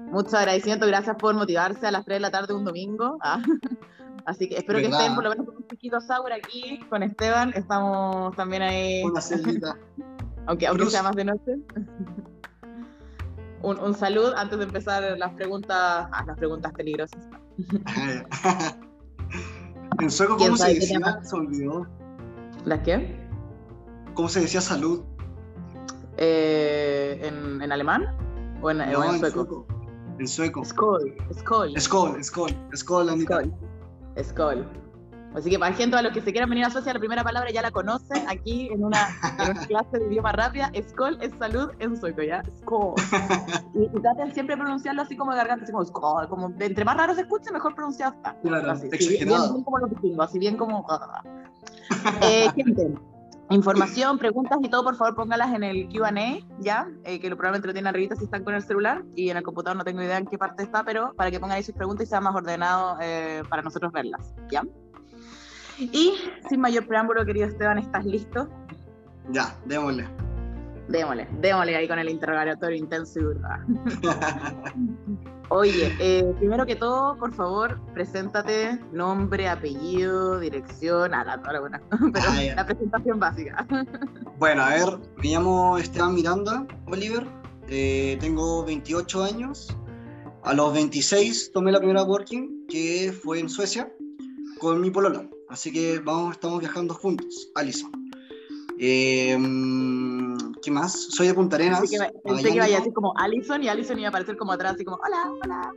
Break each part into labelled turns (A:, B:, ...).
A: Mucho agradecimiento, gracias por motivarse a las 3 de la tarde un domingo. Así que espero que estén por lo menos con un piquito sour aquí con Esteban. Estamos también ahí.
B: Una celita.
A: aunque sea más de noche. Un saludo antes de empezar las preguntas peligrosas.
B: En sueco, ¿cómo se decía? Se olvidó.
A: ¿Las qué?
B: ¿Cómo se decía salud?
A: ¿En alemán? ¿O en sueco?
B: En sueco.
A: Skål. Así que para gente, a los que se quieran venir a Suecia, la primera palabra ya la conocen aquí en una clase de idioma rápida. Skål es salud en sueco, ¿ya? Skål. Y traten siempre de pronunciarlo así como de garganta, así como Skål. Como, entre más raro se escuche, mejor pronunciado está.
B: Claro,
A: así,
B: exagerado.
A: Bien como los vikingos, así bien como... gente, información, preguntas y todo, por favor póngalas en el Q&A, ¿ya? Que probablemente lo tienen arribita si están con el celular, y en el computador no tengo idea en qué parte está, pero para que pongan ahí sus preguntas y sea más ordenado para nosotros verlas, ¿ya? Y sin mayor preámbulo, querido Esteban, ¿estás listo?
B: Ya, démosle
A: ahí con el interrogatorio intenso y duro. Oye, primero que todo, por favor, preséntate, nombre, apellido, dirección, pero la presentación básica.
B: Bueno, a ver, me llamo Esteban Miranda Oliver, tengo 28 años, a los 26 tomé la primera working, que fue en Suecia, con mi polola, así que estamos viajando juntos, Alison. ¿Qué más? Soy de Punta Arenas.
A: Pensé que vaya a decir como Alison, y Alison iba a aparecer como atrás, así como, hola.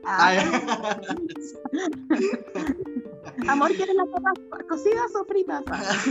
A: Amor, ¿quieres las papas cocidas o fritas?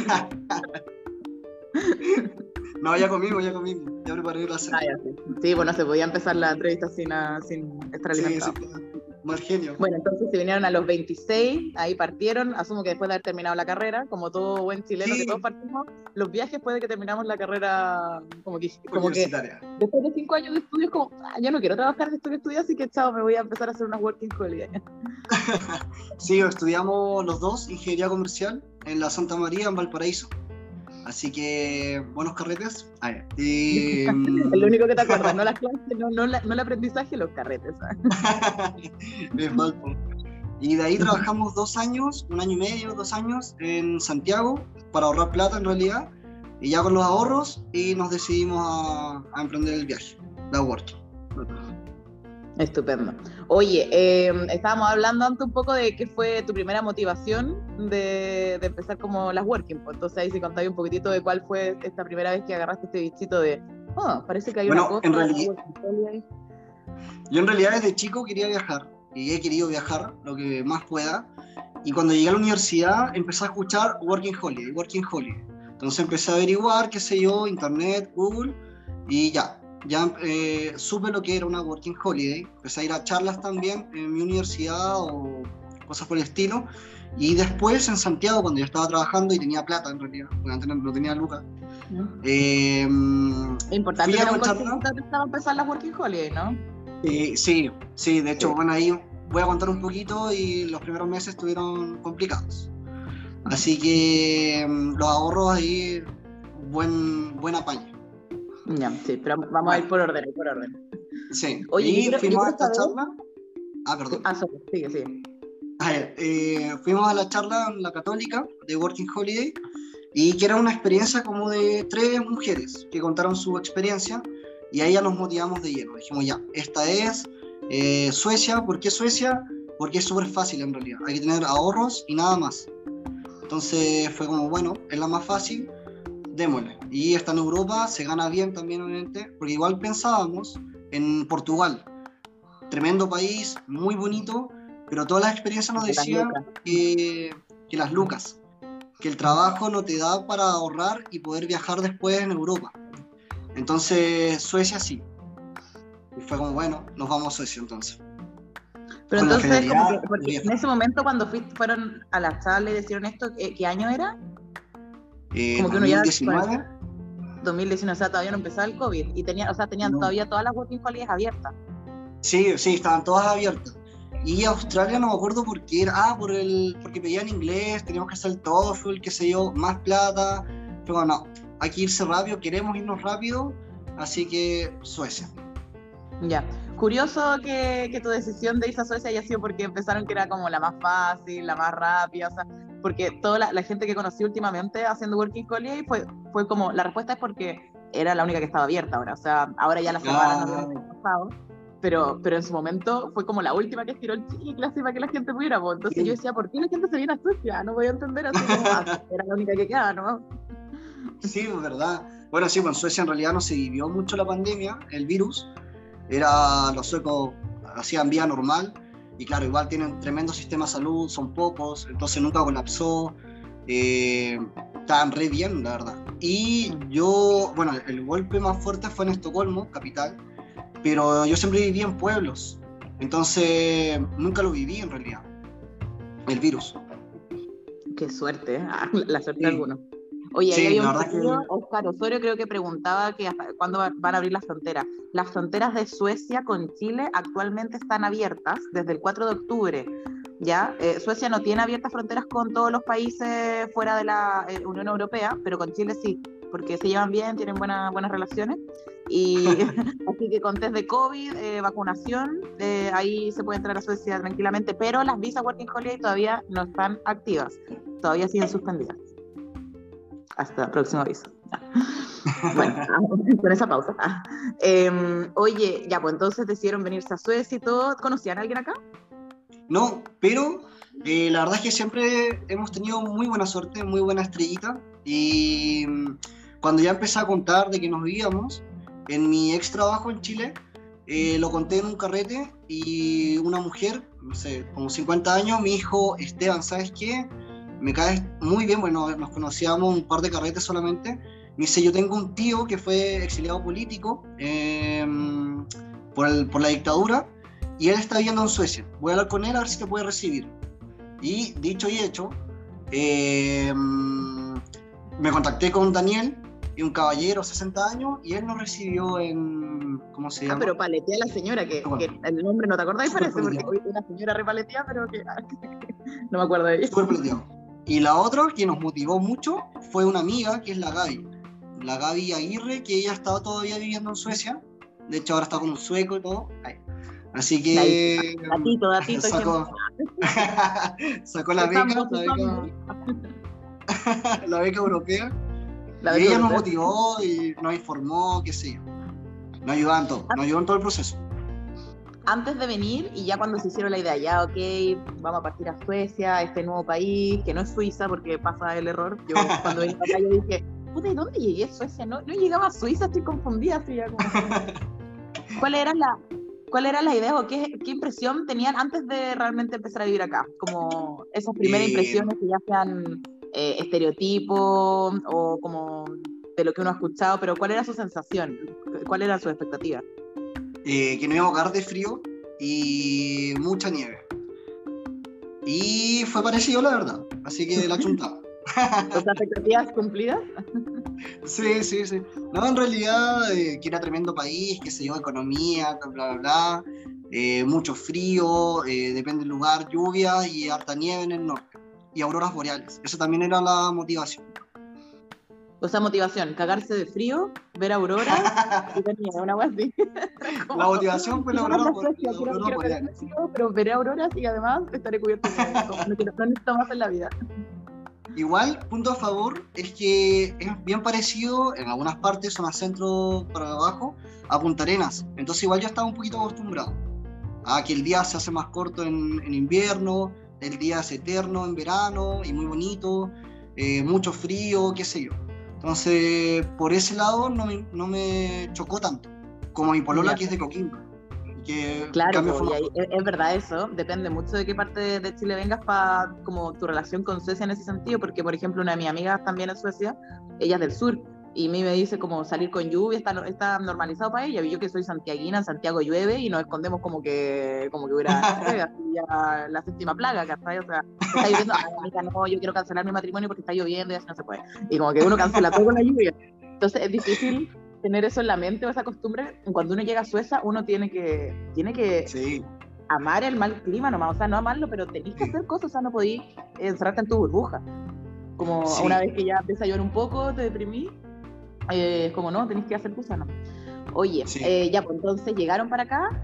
B: No, ya comimos, ya preparé la cena.
A: Sí, bueno, se podía empezar la entrevista sin estar alimentado.
B: Sí, mal genio.
A: Bueno, entonces se vinieron a los 26, ahí partieron, asumo que después de haber terminado la carrera, como todo buen chileno, que todos partimos, los viajes puede que terminamos la carrera como que después de 5 años de estudios, como, yo no quiero trabajar en esto que estudié, así que chao, me voy a empezar a hacer unas working holiday.
B: Sí, estudiamos los dos ingeniería comercial en la Santa María, en Valparaíso. Así que, buenos carretes.
A: Es lo único que te acuerdas, no las clases, no el aprendizaje, los carretes.
B: Es mal. Y de ahí trabajamos 2 años, 1 año y medio, 2 años en Santiago, para ahorrar plata en realidad. Y ya con los ahorros, y nos decidimos a emprender el viaje, la working.
A: Estupendo. Oye, estábamos hablando antes un poco de qué fue tu primera motivación de empezar como las working, pues. Entonces ahí si contáis un poquitito de cuál fue esta primera vez que agarraste este bichito de, parece que hay una cosa.
B: En realidad, yo en realidad desde chico quería viajar, y he querido viajar lo que más pueda, y cuando llegué a la universidad empecé a escuchar Working Holiday. Entonces empecé a averiguar, qué sé yo, internet, Google, y ya supe lo que era una working holiday. Empecé a ir a charlas también en mi universidad o cosas por el estilo, y después en Santiago, cuando yo estaba trabajando y tenía plata en realidad, porque antes no tenía lucas,
A: importante que era un concepto para empezar las working holiday, ¿no?
B: Sí, de hecho, bueno, ahí voy a contar un poquito, y los primeros meses estuvieron complicados, así que los ahorros ahí, buen apaño.
A: Ya, sí, pero vamos a ir por orden.
B: Sí.
A: Oye,
B: y fuimos a esta charla. Perdón.
A: Sigue.
B: Fuimos a la charla en la Católica de Working Holiday, y que era una experiencia como de 3 mujeres que contaron su experiencia, y ahí ya nos motivamos de lleno. Dijimos, ya, esta es Suecia. ¿Por qué Suecia? Porque es súper fácil en realidad. Hay que tener ahorros y nada más. Entonces fue como, bueno, es la más fácil, démosle. Y está en Europa, se gana bien también, obviamente, porque igual pensábamos en Portugal, tremendo país, muy bonito, pero todas las experiencias nos decían que las lucas, que el trabajo no te da para ahorrar y poder viajar después en Europa. Entonces Suecia sí, y fue como, bueno, nos vamos a Suecia entonces.
A: Pero entonces, porque en ese momento cuando fueron a la charla y decían esto, ¿qué año era?
B: Como que 2019.
A: 2019, o sea, todavía no empezaba el COVID, y tenían todavía todas las working holidays abiertas.
B: Sí, estaban todas abiertas. Y Australia no me acuerdo por qué era, porque pedían inglés, teníamos que hacer el TOEFL, qué sé yo, más plata. Pero bueno, no, hay que irse rápido, queremos irnos rápido, así que Suecia.
A: Ya. curioso que tu decisión de irse a Suecia haya sido porque empezaron que era como la más fácil, la más rápida, o sea, porque toda la gente que conocí últimamente haciendo Working Holiday fue como, la respuesta es porque era la única que estaba abierta ahora, o sea, ahora ya la cerraron no
B: Ah,
A: había pasado, pero en su momento fue como la última que estiró el chicle así para que la gente pudiera, pues. Entonces yo
B: sí.
A: decía, ¿por qué la gente se viene a Suecia? No voy a entender así como, era la única que quedaba, ¿no?
B: Sí, es verdad. Bueno, sí, pues en Suecia en realidad no se vivió mucho la pandemia, el virus. Los suecos hacían vía normal y claro, igual tienen tremendo sistema de salud, son pocos, entonces nunca colapsó. Estaban re bien, la verdad. Y yo, bueno, el golpe más fuerte fue en Estocolmo, capital, pero yo siempre viví en pueblos, entonces nunca lo viví en realidad, el virus.
A: Qué suerte, ¿eh? La suerte de
B: Sí,
A: algunos. Oye, ahí
B: sí,
A: había
B: la
A: un
B: verdad
A: correo,
B: que
A: Oscar Osorio creo que preguntaba que hasta cuándo van a abrir las fronteras. Las fronteras de Suecia con Chile actualmente están abiertas desde el 4 de octubre. ¿Ya? Suecia no tiene abiertas fronteras con todos los países fuera de la Unión Europea, pero con Chile sí, porque se llevan bien, tienen buenas relaciones. Y así que con test de COVID, vacunación, ahí se puede entrar a Suecia tranquilamente, pero las visas Working Holiday todavía no están activas, todavía siguen suspendidas. Hasta el próximo aviso. Bueno, con esa pausa. Oye, ya, pues entonces decidieron venirse a Suecia y todo. ¿Conocían a alguien acá?
B: no, pero la verdad es que siempre hemos tenido muy buena suerte, muy buena estrellita. Y cuando ya empecé a contar de que nos vivíamos, en mi ex trabajo en Chile, lo conté en un carrete y una mujer, no sé, como 50 años, me dijo, Esteban, ¿sabes qué? Me caes muy bien, bueno, nos conocíamos un par de carretes solamente. Me dice, yo tengo un tío que fue exiliado político por la dictadura y él está viviendo en Suecia. Voy a hablar con él a ver si te puede recibir. Y dicho y hecho, me contacté con Daniel, un caballero, 60 años, y él nos recibió en, ¿cómo se
A: Ah,
B: llama?
A: pero paletea la señora, que
B: Bueno,
A: el nombre no te acordáis,
B: súper
A: parece, porque
B: paleteado,
A: una señora repaletea, pero que no me acuerdo de ella.
B: súper paleteado. Y la otra que nos motivó mucho fue una amiga, que es la Gaby Aguirre, que ella estaba todavía viviendo en Suecia. De hecho, ahora está con un sueco y todo. Ay. Así
A: Ahí,
B: que
A: datito, gente.
B: sacó, sacó
A: Usando, usando.
B: la beca europea.
A: La
B: Y
A: beca
B: ella nos
A: europea.
B: motivó y nos informó, qué sé yo. Nos ayudaba en todo, nos ayudó en todo el proceso.
A: Antes de venir, y ya cuando se hicieron la idea, ya, ok, vamos a partir a Suecia, a este nuevo país, que no es Suiza, porque pasa el error. Yo cuando venía acá, yo dije, puta, ¿y dónde llegué a Suecia? No llegaba a Suiza, estoy confundida, así ya como... ¿Cuál era la idea o qué impresión tenían antes de realmente empezar a vivir acá? Como esas primeras
B: Eh,
A: impresiones que ya sean estereotipos o como de lo que uno ha escuchado, pero ¿cuál era su sensación? ¿Cuál era su expectativa?
B: que no iba a ahogar de frío y mucha nieve. Y fue parecido, la verdad. Así que la chuntaba.
A: ¿O sea, expectativas cumplidas?
B: Sí, sí, sí. No, en realidad, que era tremendo país, que se dio economía, bla, bla, bla. Mucho frío, depende del lugar, lluvia y harta nieve en el norte. Y auroras boreales. Eso también era la motivación.
A: O sea, motivación, cagarse de frío, ver auroras y ver nieve, una cosa así.
B: La
A: Como,
B: motivación fue
A: quiero ver la Suecia,
B: la
A: quiero,
B: aurora
A: quiero
B: boreal.
A: cagarme de frío, pero veré auroras y además estaré cubierto de nieve. Como, no necesito más en la vida.
B: Igual, punto a favor, es que es bien parecido, en algunas partes, zona centro para abajo, a Punta Arenas. Entonces igual ya estaba un poquito acostumbrado a que el día se hace más corto en invierno, el día es eterno en verano y muy bonito, mucho frío, qué sé yo. Entonces, por ese lado no me chocó tanto, como mi polola
A: Ya.
B: que es de Coquimbo, que en
A: Claro,
B: cambio fue
A: y
B: más
A: ahí,
B: corto.
A: es verdad eso, depende mucho de qué parte de Chile vengas para como tu relación con Suecia en ese sentido, porque por ejemplo una de mis amigas también en Suecia, ella es del sur, y a mí me dice como salir con lluvia está normalizado para ella, y yo que soy santiaguina, en Santiago llueve y nos escondemos como que hubiera así ya la séptima plaga, ¿cachai? O sea, está lloviendo, ay amiga, no, yo quiero cancelar mi matrimonio porque está lloviendo y así no se puede, y como que uno cancela todo con la lluvia, entonces es difícil tener eso en la mente o esa costumbre. Cuando uno llega a Suecia, uno tiene que
B: Sí,
A: amar el mal clima nomás, o sea, no amarlo, pero tenés que
B: sí,
A: hacer cosas, o sea, no podís encerrarte en tu burbuja. Como una
B: sí,
A: vez que ya empieza a llover un poco, te deprimí, es como no, tenés que hacer cosas, ¿no? Oye,
B: sí.
A: ya, pues entonces llegaron para acá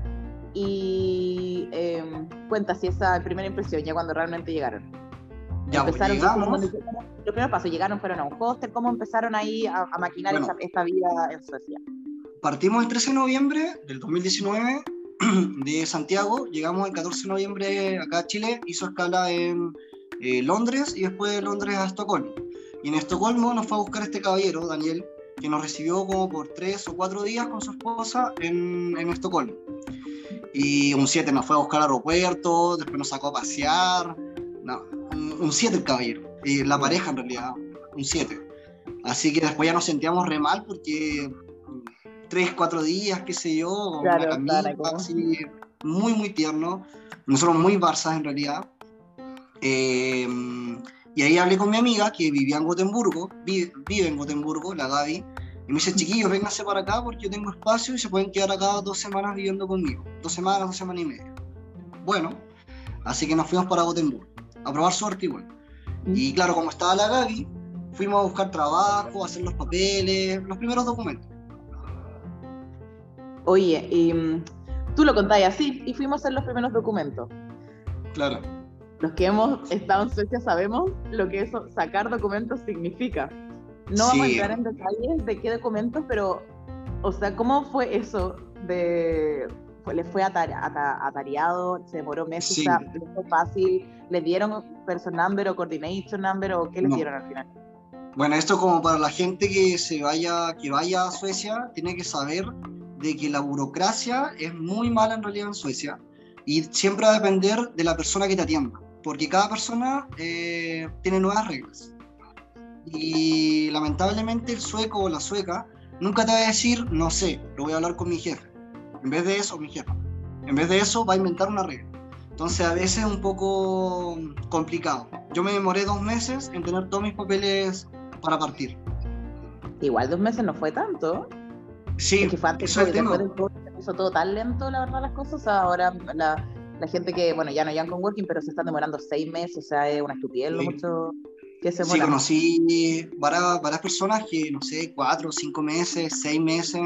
A: Y cuenta si esa primera impresión, ya cuando realmente llegaron.
B: Ya, pues
A: Empezaron,
B: llegamos.
A: los primeros pasos, llegaron, fueron a un hostel, ¿cómo empezaron ahí a maquinar
B: Bueno,
A: esta vida en Suecia?
B: partimos el 13 de noviembre del 2019 de Santiago, llegamos el 14 de noviembre acá a Chile, hizo escala en Londres y después de Londres a Estocolmo. Y en Estocolmo nos fue a buscar este caballero, Daniel, que nos recibió como por 3 o 4 días con su esposa en Estocolmo. Y un 7 nos fue a buscar al aeropuerto, después nos sacó a pasear. No, un 7 el caballero, la pareja en realidad, un 7. Así que después ya nos sentíamos re mal porque 3, 4 días, qué sé yo,
A: Claro,
B: una camita, así, muy, muy tierno. Nosotros muy Barzas en realidad. Y ahí hablé con mi amiga que vivía en Gotemburgo, vive en Gotemburgo, la Gaby. Y me dice, chiquillos, vénganse para acá porque yo tengo espacio y se pueden quedar acá 2 semanas viviendo conmigo. 2 semanas, 2 semanas y media. Bueno, así que nos fuimos para Gotemburgo a probar suerte igual. Y claro, como estaba la Gaby, fuimos a buscar trabajo, a hacer los papeles, los primeros documentos.
A: Oye, y tú lo contáis así, y fuimos a hacer los primeros documentos.
B: Claro.
A: Los que hemos estado en Suecia sabemos lo que eso, sacar documentos significa. No vamos a entrar en detalles de qué documentos, pero, o sea, ¿cómo fue eso ¿les fue atareado? ¿Se demoró meses?
B: Sí.
A: O sea, ¿les fue fácil? ¿Les dieron person number o coordination number o qué les dieron al final?
B: Bueno, esto como para la gente que vaya a Suecia, tiene que saber de que la burocracia es muy mala en realidad en Suecia y siempre va a depender de la persona que te atienda, porque cada persona tiene nuevas reglas. Y lamentablemente el sueco o la sueca nunca te va a decir, no sé, lo voy a hablar con mi jefe. En vez de eso, mi jefa. En vez de eso, va a inventar una regla. Entonces a veces es un poco complicado. Yo me demoré 2 meses en tener todos mis papeles para partir.
A: Igual 2 meses no fue tanto.
B: Sí,
A: es que fue antes, eso es el tema. Después de todo, se puso todo tan lento, la verdad, las cosas. O sea, ahora la gente que, bueno, ya no llevan con working, pero se están demorando 6 meses, o sea, es una estupidez lo mucho que se demora.
B: Sí, conocí varias personas que, no sé, 4, 5 meses, 6 meses.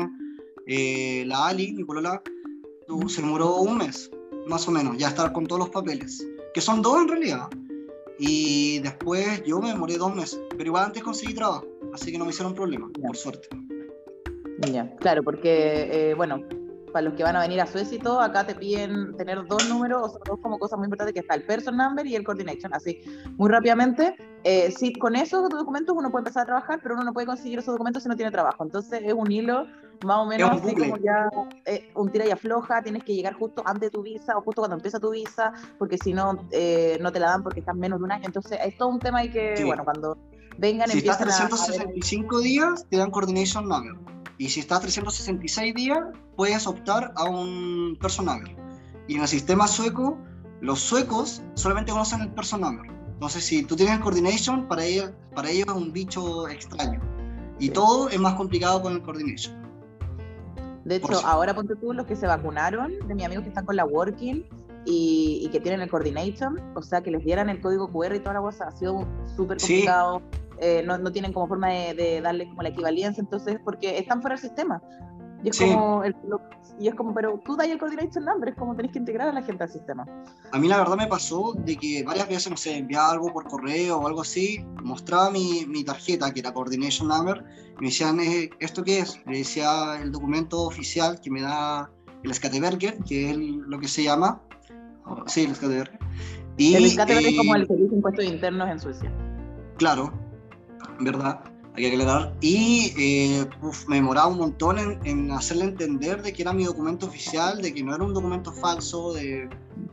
B: La Ali, mi polola, se demoró 1 mes, más o menos, ya estar con todos los papeles, que son 2 en realidad. Y después yo me demoré 2 meses, pero igual antes conseguí trabajo, así que no me hicieron problema, por suerte.
A: Ya, claro, porque, bueno, para los que van a venir a Suecia y todo, acá te piden tener 2 números, o sea, 2 como cosas muy importantes, que está el person number y el coordination, así, muy rápidamente. Sí, con esos documentos uno puede empezar a trabajar, pero uno no puede conseguir esos documentos si no tiene trabajo. Entonces es un hilo, más o menos, así como ya un tira y afloja, tienes que llegar justo antes de tu visa o justo cuando empieza tu visa, porque si no, no te la dan porque estás menos de un año. Entonces es todo un tema ahí que, sí, bueno, cuando vengan
B: si
A: empiezan
B: estás 365 días, te dan coordination number. Y si estás 366 días, puedes optar a un person number. Y en el sistema sueco, los suecos solamente conocen el person number. Entonces, si tú tienes el coordination, para ellos es un bicho extraño. Y sí, todo es más complicado con el coordination.
A: De hecho, ahora ponte tú los que se vacunaron, de mis amigos que están con la working y que tienen el coordination, o sea, que les dieran el código QR y toda la cosa, ha sido súper complicado. Sí. No tienen como forma de darle como la equivalencia, entonces, porque están fuera del sistema. Y es, sí, como, pero tú das el coordination number, es como tenés que integrar a la gente al sistema.
B: A mí la verdad me pasó de que varias veces, no sé, enviaba algo por correo o algo así, mostraba mi tarjeta, que era coordination number, y me decían, ¿esto qué es? Le decía el documento oficial que me da el Skatteverket, que es lo que se llama. Sí, el Skatteverket.
A: El Skatteverket es como el servicio de impuestos internos en Suecia.
B: Claro, ¿verdad? Hay que aclarar. Y me demoraba un montón en hacerle entender de que era mi documento oficial, de que no era un documento falso, de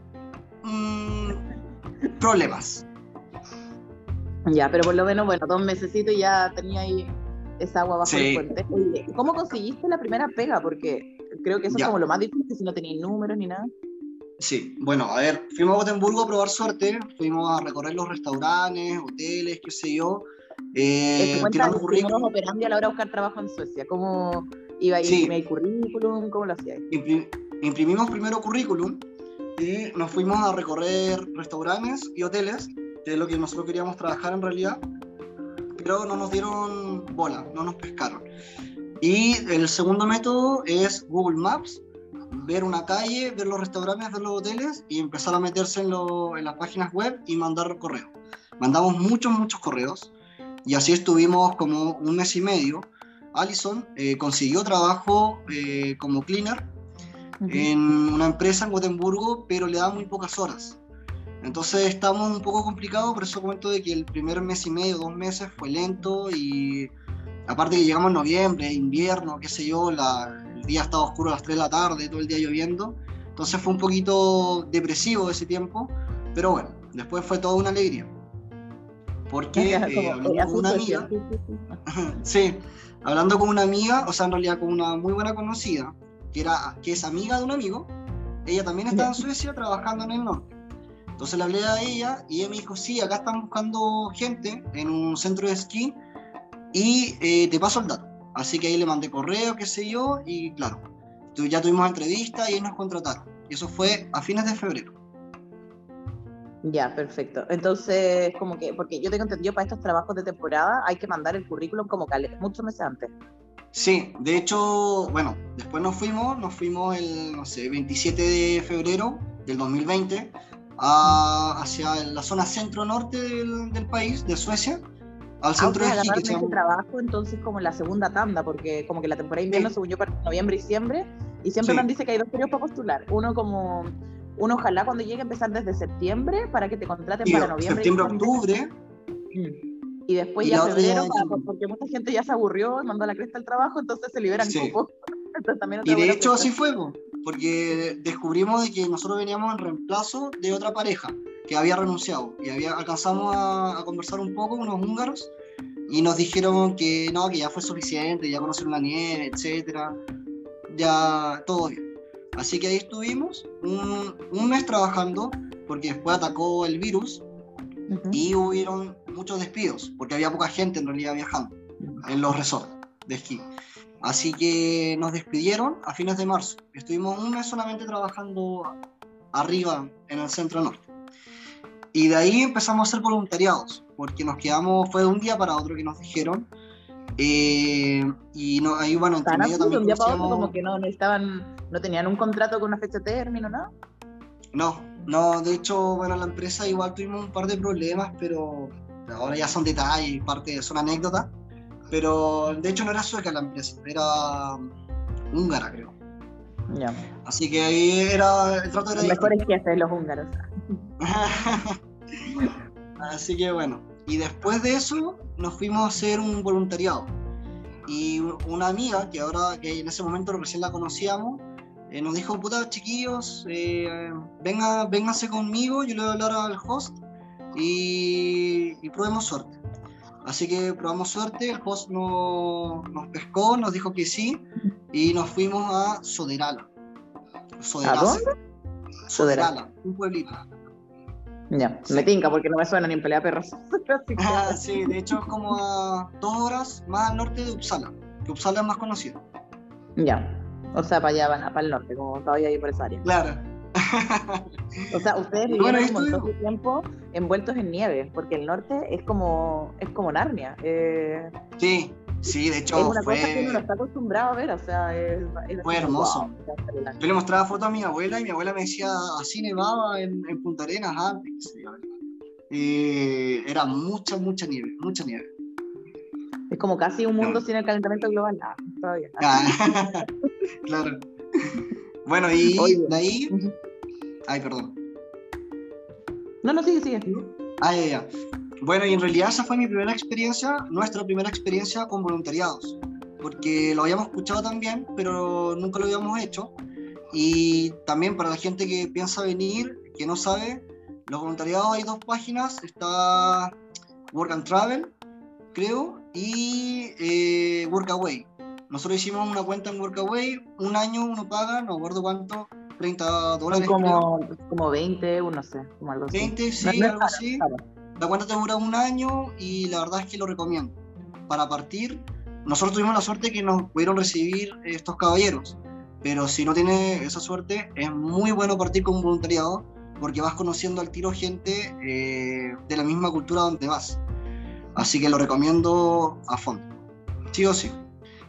B: problemas.
A: Ya, pero por lo menos, bueno, 2 mesecitos y ya tenía ahí esa agua bajo el puente. ¿Cómo conseguiste la primera pega? Porque creo que eso es como lo más difícil, si no tenéis números ni nada.
B: Sí, bueno, a ver, fuimos a Gotemburgo a probar suerte, fuimos a recorrer los restaurantes, hoteles, qué sé yo.
A: Tirando currículum. Operandi a la hora de buscar trabajo en Suecia, ¿cómo iba a imprimir el currículum? ¿Cómo lo hacías?
B: Imprimimos primero currículum y nos fuimos a recorrer restaurantes y hoteles, que es lo que nosotros queríamos trabajar en realidad, pero no nos dieron bola, no nos pescaron. Y el segundo método es Google Maps, ver una calle, ver los restaurantes, ver los hoteles y empezar a meterse en las páginas web y mandar correos. Mandamos muchos correos y así estuvimos como un mes y medio. Alison consiguió trabajo como cleaner en una empresa en Gotemburgo, pero le da muy pocas horas. Entonces estamos un poco complicados, por eso comento de que el primer mes y medio, 2 meses fue lento y aparte que llegamos en noviembre, invierno, qué sé yo, el día estaba oscuro a las 3 de la tarde, todo el día lloviendo, entonces fue un poquito depresivo ese tiempo, pero bueno, después fue toda una alegría. Porque hablando con una amiga, sí, hablando con una amiga, o sea, en realidad con una muy buena conocida, que es amiga de un amigo, ella también estaba en Suecia trabajando en el norte. Entonces le hablé a ella y ella me dijo, sí, acá están buscando gente en un centro de esquí y te paso el dato. Así que ahí le mandé correo, qué sé yo, y claro, ya tuvimos entrevista y ahí nos contrataron. Y eso fue a fines de febrero.
A: Ya, perfecto. Entonces, como que, porque yo tengo entendido, para estos trabajos de temporada hay que mandar el currículum como muchos meses antes.
B: Sí, de hecho, bueno, después nos fuimos el, no sé, 27 de febrero del 2020 hacia la zona centro-norte del país, de Suecia, al centro de esquí.
A: Ese trabajo entonces como la segunda tanda, porque como que la temporada de invierno, según yo, para noviembre y diciembre, y siempre me dice que hay 2 periodos para postular. Uno ojalá cuando llegue a empezar desde septiembre para que te contraten para noviembre.
B: Septiembre-octubre.
A: Y después ya febrero, porque mucha gente ya se aburrió, mandó a la cresta al trabajo, entonces se liberan cupos.
B: Y de hecho así fue, porque descubrimos de que nosotros veníamos en reemplazo de otra pareja que había renunciado y alcanzamos a conversar un poco con unos húngaros y nos dijeron que no, que ya fue suficiente, ya conocieron la nieve, etcétera, ya todo bien. Así que ahí estuvimos un mes trabajando, porque después atacó el virus y hubieron muchos despidos, porque había poca gente en realidad viajando en los resorts de esquí. Así que nos despidieron a fines de marzo. Estuvimos un mes solamente trabajando arriba en el centro norte. Y de ahí empezamos a hacer voluntariados, porque nos quedamos, fue de un día para otro que nos dijeron. Y no, ahí bueno, entre medio también
A: de un día para otro, como que no tenían un contrato con una fecha de término, ¿no?
B: No, de hecho, bueno, la empresa igual tuvimos un par de problemas, pero ahora ya son detalles, son anécdotas. Pero de hecho no era sueca la empresa, era húngara, creo.
A: Ya.
B: Así que ahí el trato era
A: los mejores jefes los húngaros.
B: Así que bueno, y después de eso nos fuimos a hacer un voluntariado. Y una amiga, que en ese momento recién la conocíamos, nos dijo, puta, chiquillos, vénganse conmigo, yo le voy a hablar al host y probemos suerte. Así que probamos suerte, el host nos pescó, nos dijo que sí, y nos fuimos a Soderala.
A: ¿A dónde?
B: Soderala, un pueblito.
A: Ya, sí. Me tinca porque no me suena ni en pelea perros.
B: Sí, de hecho es como a 2 horas más al norte de Uppsala, que Uppsala es más conocido.
A: Ya, o sea, para allá, para el norte, como todavía ahí por esa área.
B: Claro.
A: O sea, ustedes vivieron un montón de tiempo envueltos en nieve, porque el norte es como Narnia.
B: Sí, de hecho
A: es una cosa que uno no está acostumbrado a ver, o sea,
B: fue hermoso. Yo le mostraba fotos a mi abuela y mi abuela me decía, así nevaba en Punta Arenas antes. Era mucha nieve.
A: Es como casi un mundo sin el calentamiento global. Todavía.
B: Claro. Bueno, y de ahí... Ay, perdón.
A: No, sigue.
B: Ya. Bueno, y en realidad esa fue nuestra primera experiencia con voluntariados, porque lo habíamos escuchado también, pero nunca lo habíamos hecho. Y también para la gente que piensa venir, que no sabe, los voluntariados hay 2 páginas, está Work and Travel, creo, y Workaway. Nosotros hicimos una cuenta en Workaway, un año uno paga, no recuerdo cuánto, $30.
A: Como 20, no sé, como algo así.
B: 20, sí, algo así. Claro. La cuenta te dura un año y la verdad es que lo recomiendo. Para partir, nosotros tuvimos la suerte que nos pudieron recibir estos caballeros, pero si no tienes esa suerte, es muy bueno partir con un voluntariado, porque vas conociendo al tiro gente de la misma cultura donde vas. Así que lo recomiendo a fondo, sí o sí.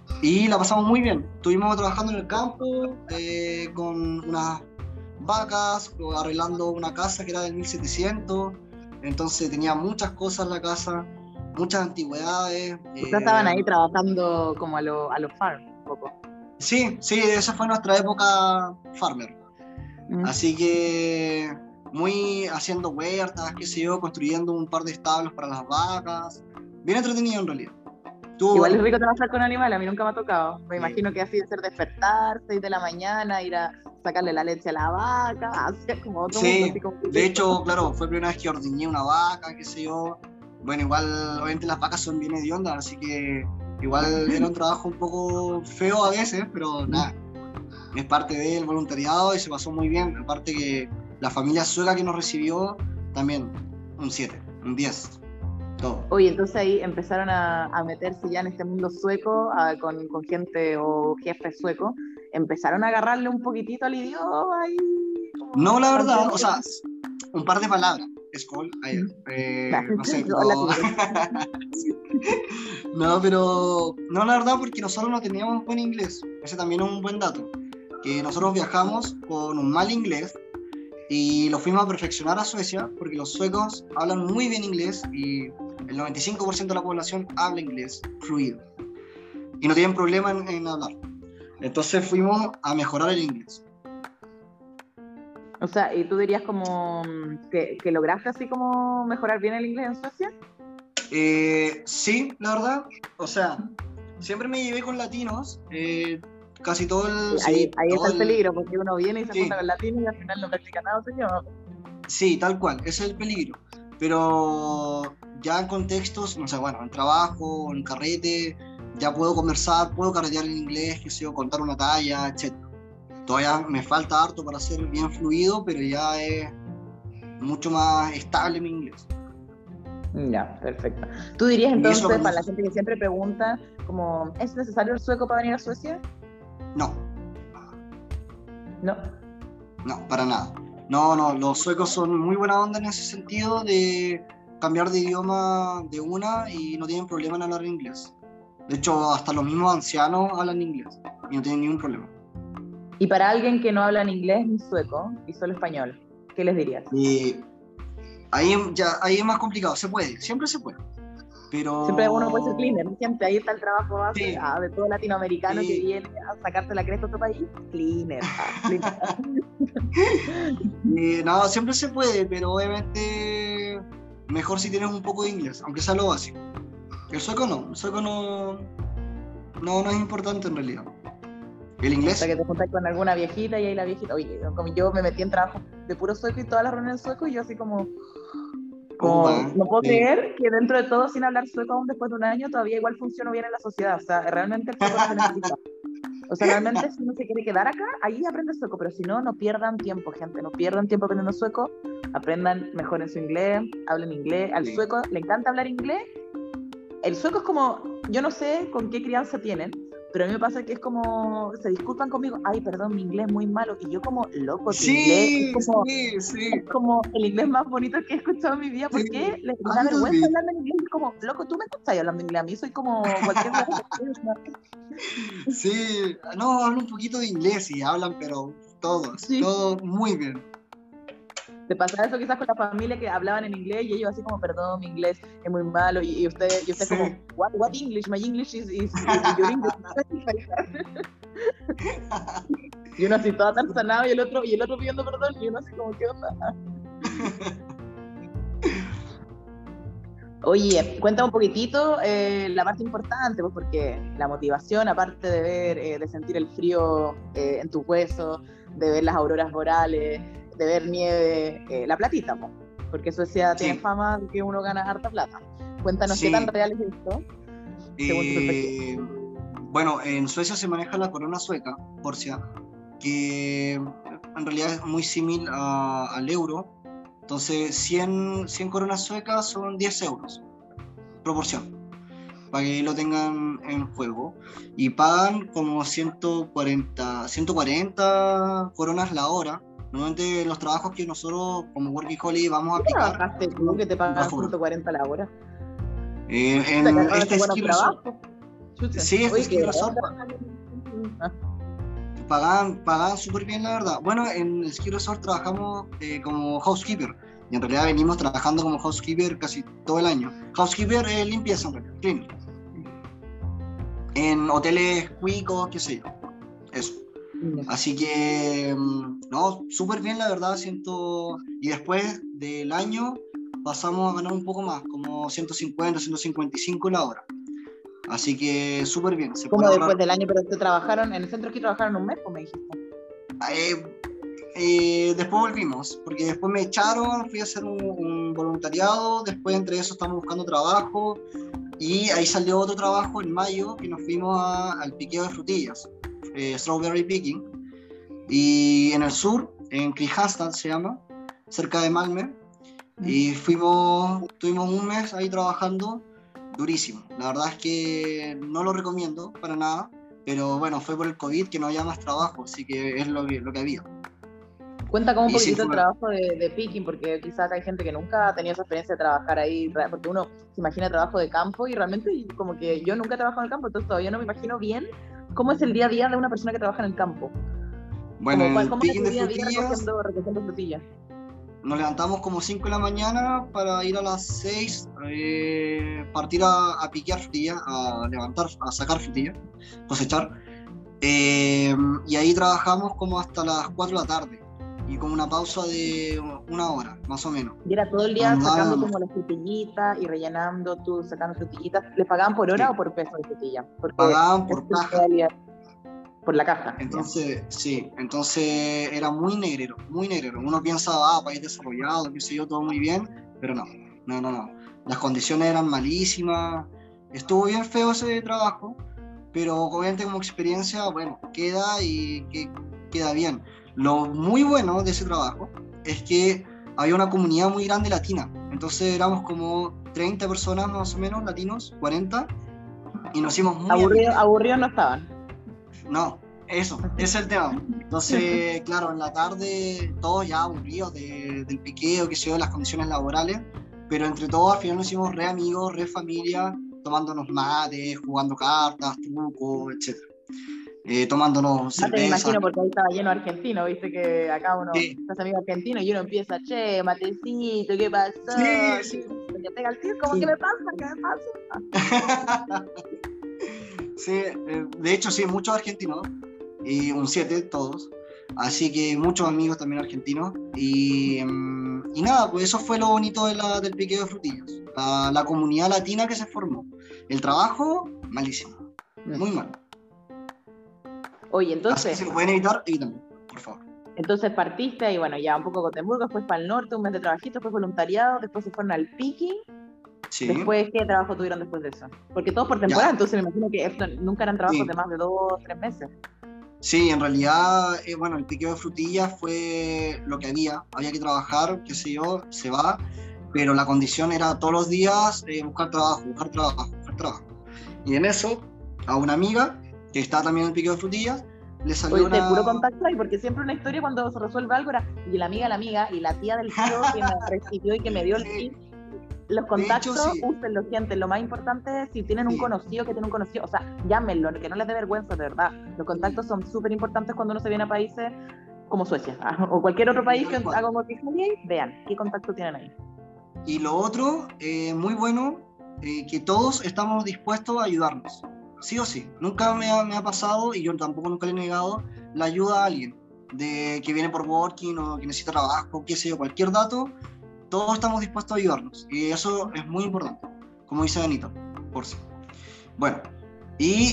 B: Y la pasamos muy bien. Estuvimos trabajando en el campo con unas vacas, arreglando una casa que era del 1700. Entonces tenía muchas cosas en la casa, muchas antigüedades.
A: Ustedes estaban ahí trabajando como a los farm, un poco.
B: Sí, esa fue nuestra época farmer. Así que muy haciendo huertas, qué sé yo, construyendo un par de establos para las vacas. Bien entretenido en realidad.
A: Igual es rico trabajar con animales, a mí nunca me ha tocado. Me imagino que así de ser despertar, 6 de la mañana, ir a sacarle la leche a la vaca, hacer como otro mundo. Así como
B: de hecho, claro, fue la primera vez que ordeñé una vaca, qué sé yo. Bueno, igual, obviamente las vacas son bien hediondas, así que igual era un trabajo un poco feo a veces, pero nada, es parte del voluntariado y se pasó muy bien. Aparte que la familia sueca que nos recibió, también un 7, un 10. Todo.
A: Oye, entonces ahí empezaron a meterse ya en este mundo sueco con gente o jefes suecos. ¿Empezaron a agarrarle un poquitito al idioma ahí?
B: No, la verdad, o sea, un par de palabras. Skol, no sé, pero... No, pero... No, la verdad, porque nosotros no teníamos buen inglés. Ese también es un buen dato. Que nosotros viajamos con un mal inglés y lo fuimos a perfeccionar a Suecia, porque los suecos hablan muy bien inglés y el 95% de la población habla inglés fluido. Y no tienen problema en hablar. Entonces fuimos a mejorar el inglés.
A: O sea, ¿y tú dirías como que lograste así como mejorar bien el inglés en Suecia?
B: Sí, la verdad. O sea, siempre me llevé con latinos. Casi todo el...
A: Ahí está el peligro, porque uno viene y se junta con latinos y al final no practica nada, señor.
B: Sí, tal cual, ese es el peligro. Pero ya en contextos, no sé, bueno, en trabajo, en carrete, ya puedo conversar, puedo carretear en inglés, qué sé yo, contar una talla, etc. Todavía me falta harto para ser bien fluido, pero ya es mucho más estable mi inglés.
A: Ya, perfecto. ¿Tú dirías entonces, para la gente que siempre pregunta, como, ¿es necesario el sueco para venir a Suecia?
B: No.
A: No.
B: No, para nada. No, los suecos son muy buena onda en ese sentido de cambiar de idioma de una y no tienen problema en hablar inglés. De hecho, hasta los mismos ancianos hablan inglés y no tienen ningún problema.
A: Y para alguien que no habla ni inglés ni sueco y solo español, ¿qué les dirías?
B: Ahí es más complicado, se puede, siempre se puede. Pero...
A: Siempre uno puede ser cleaner, siempre ahí está el trabajo base de todo latinoamericano que viene a sacarte la cresta a otro país, cleaner.
B: No, siempre se puede, pero obviamente mejor si tienes un poco de inglés, aunque sea lo básico. El sueco no es importante en realidad. El inglés.
A: Hasta que te juntas con alguna viejita y ahí la viejita, oye, como yo me metí en trabajo de puro sueco y todas las reuniones sueco y yo así como no puedo creer que dentro de todo, sin hablar sueco aún después de un año, todavía igual funciono bien en la sociedad. O sea, realmente el sueco no se necesita. O sea, realmente si uno se quiere quedar acá, ahí aprende sueco, pero si no, no pierdan tiempo, gente. No pierdan tiempo aprendiendo sueco. Aprendan, mejoren su inglés, hablen inglés. Al sueco le encanta hablar inglés. El sueco es como, yo no sé con qué crianza tienen, pero a mí me pasa que es como, se disculpan conmigo, ay, perdón, mi inglés es muy malo, y yo como, loco, tu inglés es como el inglés más bonito que he escuchado en mi vida, ¿por qué les da vergüenza hablar en inglés? Es como, loco, tú me escuchas hablando inglés, a mí soy como cualquier cosa.
B: Sí, no, hablo un poquito de inglés y hablan, pero todos muy bien.
A: ¿Te pasaba eso quizás con la familia que hablaban en inglés y ellos así como, perdón, mi inglés es muy malo, y usted como, what English? My English is your English. Y uno así todo atarsanado y el otro pidiendo perdón y uno así como, ¿qué onda? Oye, cuéntame un poquitito la parte importante, pues porque la motivación, aparte de ver, de sentir el frío en tus huesos, de ver las auroras boreales, de ver nieve, la platita, pues, porque Suecia tiene fama de que uno gana harta plata. Cuéntanos qué tan real es esto, según tu perspectiva.
B: Bueno, en Suecia se maneja la corona sueca, Porcia, que en realidad es muy similar al euro. Entonces 100 coronas suecas son 10 euros, proporción, para que lo tengan en juego. Y pagan como 140 coronas la hora. Normalmente los trabajos que nosotros como Working Holiday vamos a aplicar...
A: ¿Qué trabajaste tú que te pagan 140 la hora?
B: En este esquema...
A: Chucha.
B: Sí, este
A: Oye,
B: ski
A: que
B: resort pagaban súper bien, la verdad. Bueno, en el ski resort trabajamos como housekeeper, y en realidad venimos trabajando como housekeeper casi todo el año. Housekeeper es limpieza, en realidad, cleaning. En hoteles cuicos, qué sé yo, eso. Así que, no, súper bien, la verdad, siento. Y después del año pasamos a ganar un poco más, como 150, 155 la hora. Así que súper bien, se
A: ¿Cómo
B: puede
A: después
B: ahorrar.
A: del año? Pero te trabajaron, en el centro que trabajaron un mes, pues me dijiste.
B: Después volvimos, porque después me echaron, fui a hacer un voluntariado, después entre eso estamos buscando trabajo, y ahí salió otro trabajo en mayo, que nos fuimos al piqueo de frutillas, strawberry picking, y en el sur, en Kristianstad se llama, cerca de Malmö, y tuvimos un mes ahí trabajando, durísimo. La verdad es que no lo recomiendo para nada, pero bueno, fue por el COVID que no había más trabajo, así que es lo que había.
A: Cuenta como un
B: Y sí,
A: poquitito el
B: fue.
A: trabajo de picking, porque quizás hay gente que nunca ha tenido esa experiencia de trabajar ahí, porque uno se imagina trabajo de campo y realmente como que yo nunca he trabajado en el campo, entonces todavía no me imagino bien cómo es el día a día de una persona que trabaja en el campo.
B: Bueno, en el
A: ¿Cómo es
B: picking
A: tu
B: de
A: día a día
B: frutillas
A: recogiendo frutillas?
B: nos levantamos como 5 de la mañana para ir a las 6, partir a piquear frutillas, a levantar, a sacar frutillas, cosechar. Y ahí trabajamos como hasta las 4 de la tarde y con una pausa de 1 hora, más o menos.
A: Y era todo el
B: No
A: día
B: nos
A: sacando
B: daban más.
A: como las frutillitas y rellenando tú, sacando frutillitas. ¿Les pagaban por hora
B: Sí,
A: o por peso de frutilla? Porque
B: pagaban
A: es
B: por
A: tu
B: caja.
A: modalidad, por la caja, ya.
B: Entonces, sí, entonces era muy negrero, muy negrero. Uno piensa, ah, país desarrollado, qué sé yo, todo muy bien, pero no, no, no, no. Las condiciones eran malísimas, estuvo bien feo ese trabajo, pero obviamente como experiencia, bueno, queda bien. Lo muy bueno de ese trabajo es que había una comunidad muy grande latina, entonces éramos como 30 personas más o menos, latinos, 40, y nos hicimos muy amigos.
A: Aburridos no estaban.
B: No, eso, ese es el tema. Entonces, claro, en la tarde todos ya aburridos del piqueo, que sé yo, de las condiciones laborales, pero entre todos al final nos hicimos re amigos, re familia, tomándonos mates, jugando cartas, trucos, etc. Tomándonos
A: Mate, me
B: cervezas.
A: imagino, porque ahí estaba lleno de argentinos, viste que acá uno
B: Sí,
A: se hace amigo argentino y uno empieza, che, matecito, ¿qué pasó?
B: sí, sí,
A: Que pega el tío, como, ¿qué
B: sí.
A: me pasa? ¿Qué me pasa?
B: Sí, de hecho sí, muchos argentinos, y un 7 todos, así que muchos amigos también argentinos, y nada, pues eso fue lo bonito del piqueo de frutillas, la comunidad latina que se formó. El trabajo, malísimo, muy mal.
A: Oye,
B: Así que si lo pueden evitar, evítenlo, por favor.
A: entonces partiste y bueno, ya un poco Gotemburgo, después para el norte, un mes de trabajito, después voluntariado, después se fueron al picking.
B: Sí,
A: Después, ¿qué trabajo tuvieron después de eso? Porque todos por temporada,
B: ya,
A: entonces me imagino que esto nunca eran trabajos
B: sí.
A: de más de 2 o 3 meses.
B: Sí, en realidad, bueno, el piqueo de frutillas fue lo que había que trabajar, qué sé yo, se va, pero la condición era todos los días buscar trabajo, buscar trabajo, buscar trabajo. Y en eso, a una amiga, que está también en el piqueo de frutillas, le salió
A: Oye, te puro
B: una.
A: contacto ahí, porque siempre una historia cuando se resuelve algo era, y la amiga, y la tía del tío que me recibió y que me dio el
B: Sí,
A: tip. Los
B: de hecho,
A: contactos,
B: sí,
A: úsenlos, gente. Lo más importante es si tienen un
B: sí,
A: conocido que tiene un conocido, o sea, llámenlo, que no les dé vergüenza, de verdad. Los contactos son súper importantes cuando uno se viene a países como Suecia o cualquier otro
B: sí,
A: país que
B: tal cual.
A: haga como que vean qué contacto tienen ahí.
B: Y lo otro, muy bueno, que todos estamos dispuestos a ayudarnos, sí o sí. Nunca me ha pasado, y yo tampoco nunca le he negado, la ayuda a alguien que viene por working o que necesita trabajo, qué sé yo, cualquier dato, todos estamos dispuestos a ayudarnos. Y eso es muy importante, como dice Benito, por sí. Bueno, y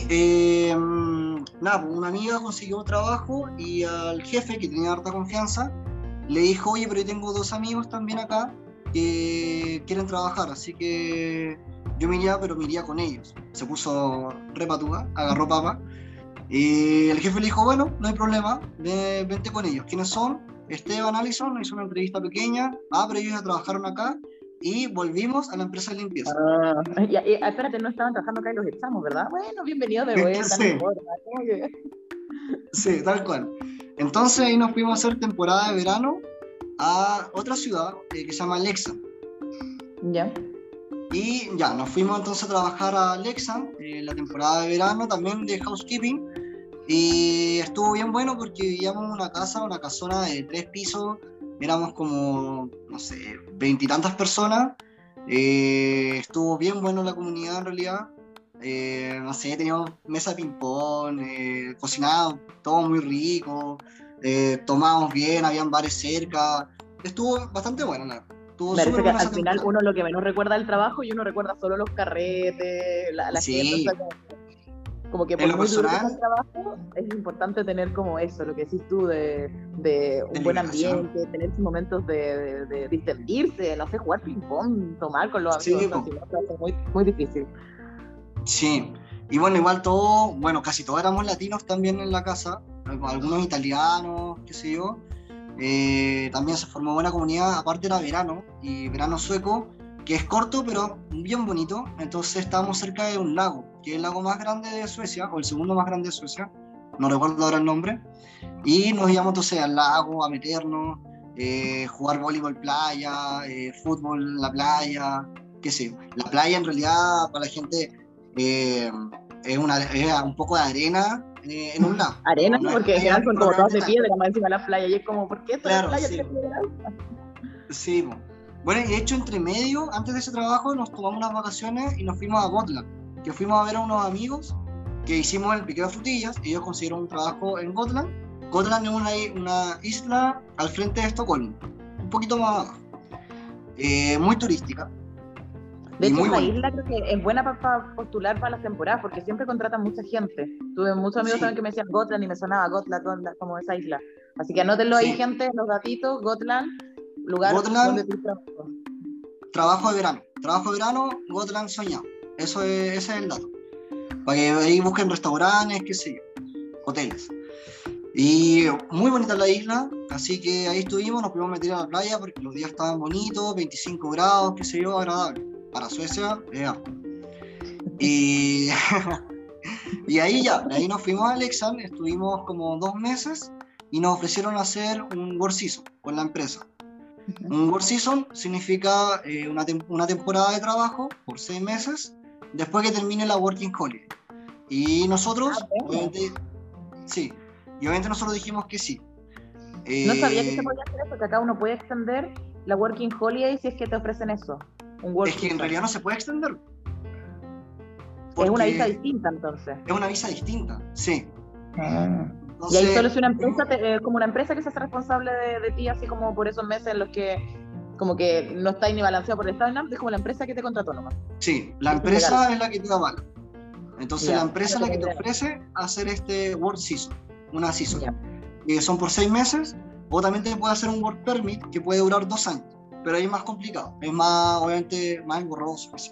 B: nada, pues una amiga consiguió trabajo y al jefe, que tenía harta confianza, le dijo, oye, pero yo tengo 2 amigos también acá que quieren trabajar, así que yo me iría, pero me iría con ellos. Se puso re patúa, agarró papa, y el jefe le dijo, bueno, no hay problema, vente con ellos. ¿Quiénes son? Esteban, Allison, hizo una entrevista pequeña, pero ellos ya trabajaron acá, y volvimos a la empresa de limpieza.
A: Espérate, no estaban trabajando acá y los echamos, ¿verdad? Bueno, bienvenido de vuelta, no
B: Sí,
A: importa.
B: sí, tal cual. Entonces ahí nos fuimos a hacer temporada de verano a otra ciudad que se llama Lexa.
A: ¿Ya?
B: Y ya, nos fuimos entonces a trabajar a Lexan, la temporada de verano también de housekeeping. Y estuvo bien bueno porque vivíamos en una casona de 3 pisos, éramos como, no sé, 20 y tantas personas. Estuvo bien bueno la comunidad en realidad. No sé, teníamos mesa de ping-pong, cocinado todo muy rico, tomábamos bien, habían bares cerca. Estuvo bastante bueno, la verdad. Estuvo
A: Me
B: súper
A: parece que
B: buena
A: al
B: esa
A: final
B: temporada.
A: uno lo que menos recuerda el trabajo y uno recuerda solo los carretes, la gente, o sea,
B: Sí,
A: como que
B: en
A: por
B: lo
A: muy duro que sea el
B: personal,
A: trabajo, es importante tener como eso, lo que decís tú, de
B: de
A: un buen
B: liberación.
A: ambiente, tener sus momentos de distendirse, no sé, jugar ping-pong, tomar con los amigos,
B: Sí,
A: o sea, si no, se hace muy, muy difícil.
B: sí, y bueno, igual todo, bueno, casi todos éramos latinos también en la casa, algunos italianos, qué sé yo. También se formó buena comunidad, aparte era verano, y verano sueco, que es corto pero bien bonito. Entonces estábamos cerca de un lago, que es el lago más grande de Suecia, o el segundo más grande de Suecia, no recuerdo ahora el nombre, y nos íbamos entonces al lago a meternos, jugar voleibol playa, fútbol en la playa, qué sé yo. La playa en realidad para la gente eh, es un poco de arena en un lago,
A: Arena,
B: no es
A: porque en
B: playa
A: general son como todas
B: propiamente
A: de
B: tal.
A: piedra, más encima de la playa, y es como, ¿por qué esto de
B: Claro,
A: playa
B: sí,
A: tiene piedra?
B: sí. Bueno, y de hecho entre medio, antes de ese trabajo, nos tomamos unas vacaciones y nos fuimos a Gotland, que fuimos a ver a unos amigos que hicimos el piqueo de frutillas, y ellos consiguieron un trabajo en Gotland. Gotland es una isla al frente de Estocolmo, un poquito más abajo, muy turística
A: De
B: y
A: hecho,
B: muy
A: esa
B: bonita.
A: isla creo que es buena para postular para las temporadas, porque siempre contratan mucha gente. Tuve muchos amigos también
B: Sí,
A: que me decían Gotland y me sonaba Gotland, Gotland, como esa isla. Así que anótenlo ahí,
B: sí.
A: gente, los gatitos, Gotland, lugar donde
B: Gotland,
A: tú trabajas.
B: trabajo de verano, Gotland soñado. Ese es el dato. Para que ahí busquen restaurantes, qué sé yo, hoteles. Y muy bonita la isla, así que ahí estuvimos, nos pudimos meter a la playa porque los días estaban bonitos, 25 grados, qué sé yo, agradable. Para Suecia, harto. Y, y ahí ya, de ahí nos fuimos a Leksand, estuvimos como 2 meses y nos ofrecieron hacer un work season con la empresa. Un work season significa una temporada de trabajo por 6 meses después que termine la working holiday. Y
A: Ah,
B: nosotros,
A: bueno.
B: obviamente, sí, y obviamente nosotros dijimos que sí.
A: No sabía que se
B: Eh,
A: podía hacer eso, que acá uno puede extender la Working Holiday si es que te ofrecen eso, un
B: es
A: Work
B: que en
A: Visa.
B: realidad no se puede extender
A: Es una visa
B: porque
A: distinta entonces.
B: es una visa distinta, sí.
A: Ah. Y ahí
B: Entonces,
A: solo si una empresa, como una empresa que se hace responsable de ti, así como por esos meses en los que como que no está ni balanceado por el Estado, es como la empresa que te contrató nomás.
B: sí, la
A: Y eso es legal.
B: empresa es la que te avala. Entonces, la
A: Ya,
B: empresa
A: no
B: es la que
A: tenía
B: te
A: idea.
B: ofrece hacer este work season, una season,
A: Ya.
B: que son por 6 meses, o también te puede hacer un work permit que puede durar 2 años, pero ahí es más complicado, es más, obviamente, más engorroso. Sí,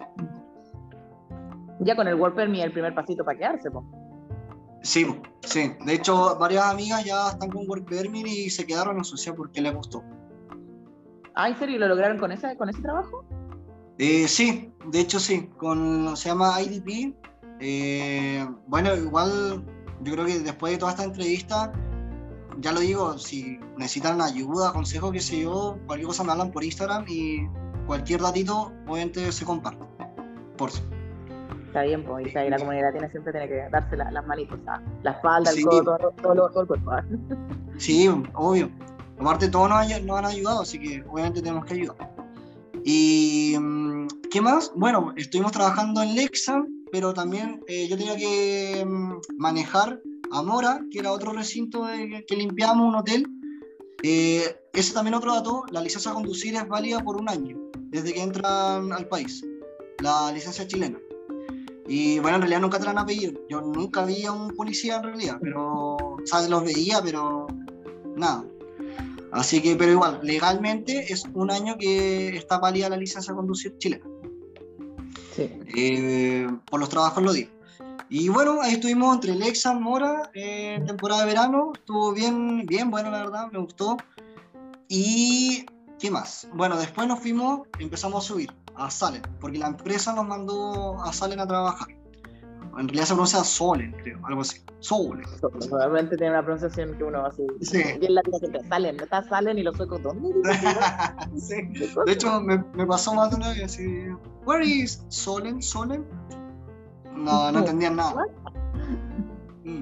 A: Ya con el Work Permit el primer pasito para quedarse, pues.
B: sí, sí. De hecho, varias amigas ya están con work permit y se quedaron en Suecia porque les gustó.
A: Ah, ¿en serio? ¿Lo lograron con ese trabajo?
B: Sí, de hecho sí, se llama IDP. Bueno, igual yo creo que después de toda esta entrevista, ya lo digo, si necesitan ayuda, consejo, qué sé yo, cualquier cosa me hablan por Instagram y cualquier datito obviamente se comparte. Por si.
A: Está bien, pues, y la comunidad latina siempre tiene que darse las manitos, o sea, la espalda, el
B: Sí,
A: codo, todo el cuerpo.
B: sí, obvio. Aparte todos nos han ayudado, así que obviamente tenemos que ayudar. ¿Y qué más? Bueno, estuvimos trabajando en Lexan, pero también yo tenía que manejar a Mora, que era otro recinto que limpiamos, un hotel. Ese también otro dato, la licencia de conducir es válida por un año, desde que entran al país, la licencia chilena. Y bueno, en realidad nunca te la van a pedir. Yo nunca vi a un policía en realidad, pero, o sea, los veía, pero nada. Así que, pero igual, legalmente es un año que está válida la licencia de conducir chilena.
A: Sí.
B: Por los trabajos lo digo. Y bueno, ahí estuvimos entre Lexan, Mora, temporada de verano. Estuvo bien, bien bueno, la verdad, me gustó. ¿Y qué más? Bueno, después empezamos a subir a Salen, porque la empresa nos mandó a Salen a trabajar. En realidad se pronuncia Solen, creo, algo así. Solen.
A: Realmente tiene una pronunciación que uno así,
B: Sí.
A: bien latina siempre, salen y los suecos, ¿dónde?
B: Sí. De hecho, me pasó más de una vez así. where is Solen? ¿Solen? No entendían nada. Mm.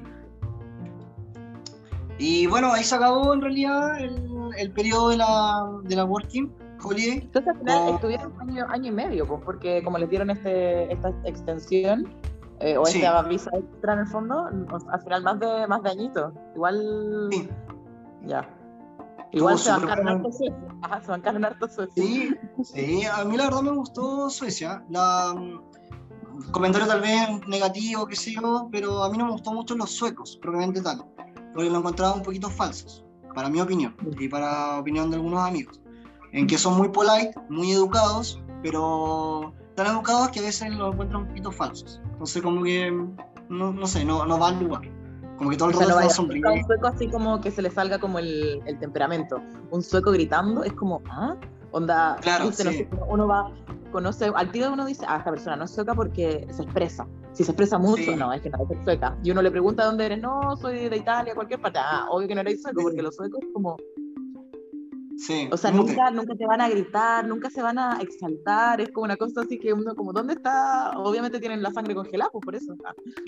B: Y bueno, ahí se acabó en realidad el periodo de la Working Holiday.
A: Entonces al final estuvieron año y medio, pues, porque como les dieron esta extensión, o
B: Sí.
A: esta visa extra en el fondo, al final más de añito. Igual,
B: Sí.
A: Ya. Igual
B: Estuvo
A: se bancaron
B: súper
A: harto Suecia. Ajá, se bancaron harto Suecia.
B: Sí, sí, a mí la verdad me gustó Suecia. Comentario tal vez negativo, qué sé yo, pero a mí no me gustó mucho los suecos, propiamente tal, porque lo encontraba un poquito falsos, para mi opinión, y para opinión de algunos amigos, en que son muy polite, muy educados, pero tan educados que a veces los encuentran un poquito falsos. Entonces como que, no sé, no va al lugar. Como que todo el
A: O sea, no
B: rato
A: vaya
B: te
A: a buscar un
B: sonríe.
A: sueco así como que se le salga como el temperamento. Un sueco gritando es como, ¿ah? Onda,
B: Claro,
A: viste, no
B: sí.
A: sé, uno va, conoce, al tiro uno dice, esta persona no es sueca porque se expresa. Si se expresa mucho,
B: Sí,
A: no, es que no es sueca. Y uno le pregunta dónde eres, no, soy de Italia, cualquier parte. Ah, obvio que no eres sueco, porque
B: sí,
A: los suecos como,
B: sí,
A: o sea,
B: mute.
A: nunca te van a gritar, nunca se van a exaltar, es como una cosa así que uno como, ¿dónde está? Obviamente tienen la sangre congelada, pues por eso.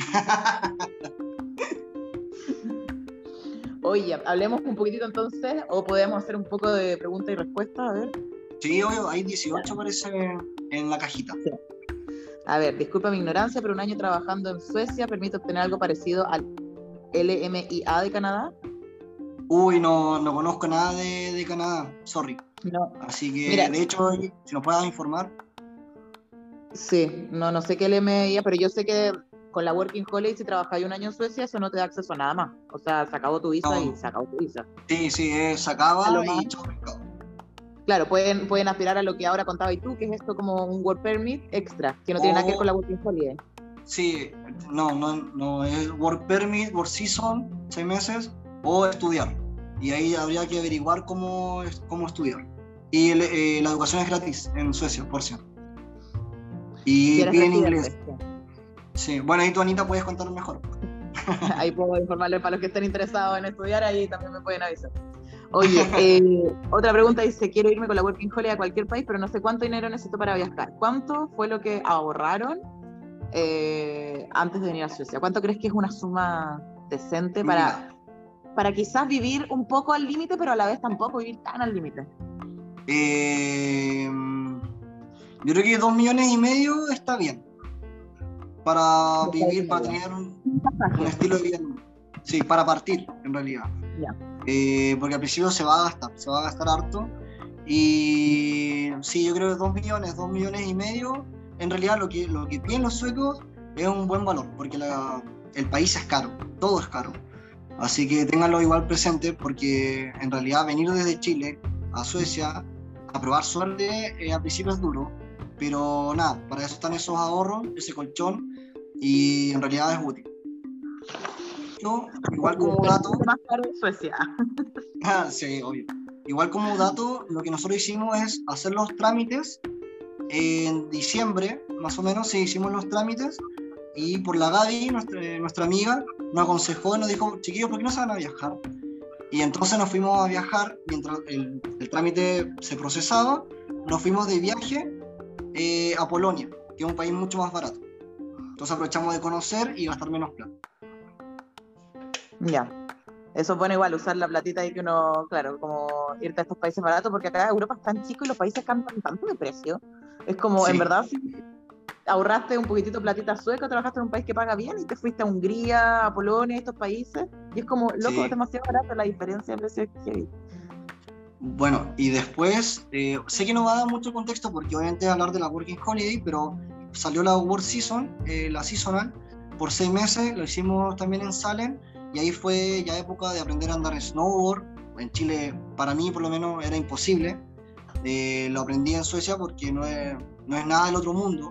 A: Oye, hablemos un poquitito entonces, o podemos hacer un poco de pregunta y respuesta, a ver.
B: Sí, obvio, hay 18 parece en la cajita.
A: Sí. A ver, disculpa mi ignorancia, pero un año trabajando en Suecia permite obtener algo parecido al LMIA de Canadá.
B: Uy, no conozco nada de Canadá, sorry.
A: No.
B: Así que,
A: Mira,
B: de hecho, si nos puedas informar.
A: sí, no sé qué LMIA, pero yo sé que con la Working Holiday, si trabajáis un año en Suecia, eso no te da acceso a nada más. O sea, se acabó tu visa y
B: No,
A: se acabó tu visa.
B: sí, se
A: A lo
B: acaba
A: más,
B: y chao pescado.
A: claro, pueden aspirar a lo que ahora contabas tú, que es esto como un Work Permit extra, que no tiene nada que ver con
B: O,
A: la Working Holiday.
B: sí, no, es Work Permit, Work Season, 6 meses, o estudiar. Y ahí habría que averiguar cómo estudiar. Y la educación es gratis en Suecia, por cierto.
A: Si
B: Y
A: eres
B: piden
A: residente.
B: inglés. Sí, bueno, ahí tú, Anita, puedes contar mejor.
A: Ahí puedo informarles para los que estén interesados en estudiar, ahí también me pueden avisar. Oye, otra pregunta dice, quiero irme con la Working Holiday a cualquier país, pero no sé cuánto dinero necesito para viajar. ¿Cuánto fue lo que ahorraron antes de venir a Suecia? ¿Cuánto crees que es una suma decente
B: Mira,
A: para quizás vivir un poco al límite, pero a la vez tampoco vivir tan al límite?
B: yo creo que 2,5 millones está bien para
A: Está
B: vivir,
A: bien,
B: para
A: ya.
B: tener un
A: Pasaje.
B: estilo de vida. Sí, para partir, en realidad.
A: Ya.
B: Porque al principio se va a gastar harto. Y sí, yo creo que 2,5 millones. En realidad lo que piden los suecos es un buen valor, porque el país es caro, todo es caro. Así que ténganlo igual presente, porque en realidad venir desde Chile a Suecia a probar suerte al principio es duro, pero nada, para eso están esos ahorros, ese colchón, y en realidad es útil. Yo, igual
A: Oye,
B: como
A: pero
B: dato,
A: es más caro en Suecia.
B: sí, obvio. Igual como dato, lo que nosotros hicimos es hacer los trámites en diciembre, más o menos, sí, hicimos los trámites, y por la Gaby, nuestra amiga, nos aconsejó y nos dijo, chiquillos, ¿por qué no se van a viajar? Y entonces nos fuimos a viajar, mientras el trámite se procesaba, nos fuimos de viaje a Polonia, que es un país mucho más barato. Entonces aprovechamos de conocer y gastar menos plata.
A: Ya. Eso es bueno igual, usar la platita ahí que uno, claro, como irte a estos países baratos, porque acá Europa es tan chico y los países cambian tanto de precio. Es como, en
B: Sí,
A: verdad, si ahorraste un poquitito platita sueca, trabajaste en un país que paga bien y te fuiste a Hungría, a Polonia, a estos países, y es como, loco, es
B: sí.
A: demasiado barato la diferencia de precio que hay.
B: Bueno, y después, sé que no va a dar mucho contexto porque obviamente es hablar de la Working Holiday, pero salió la Work Season, la Seasonal, por 6 meses, lo hicimos también en Salem, y ahí fue ya época de aprender a andar en snowboard. En Chile, para mí por lo menos, era imposible. Lo aprendí en Suecia porque no es nada del otro mundo.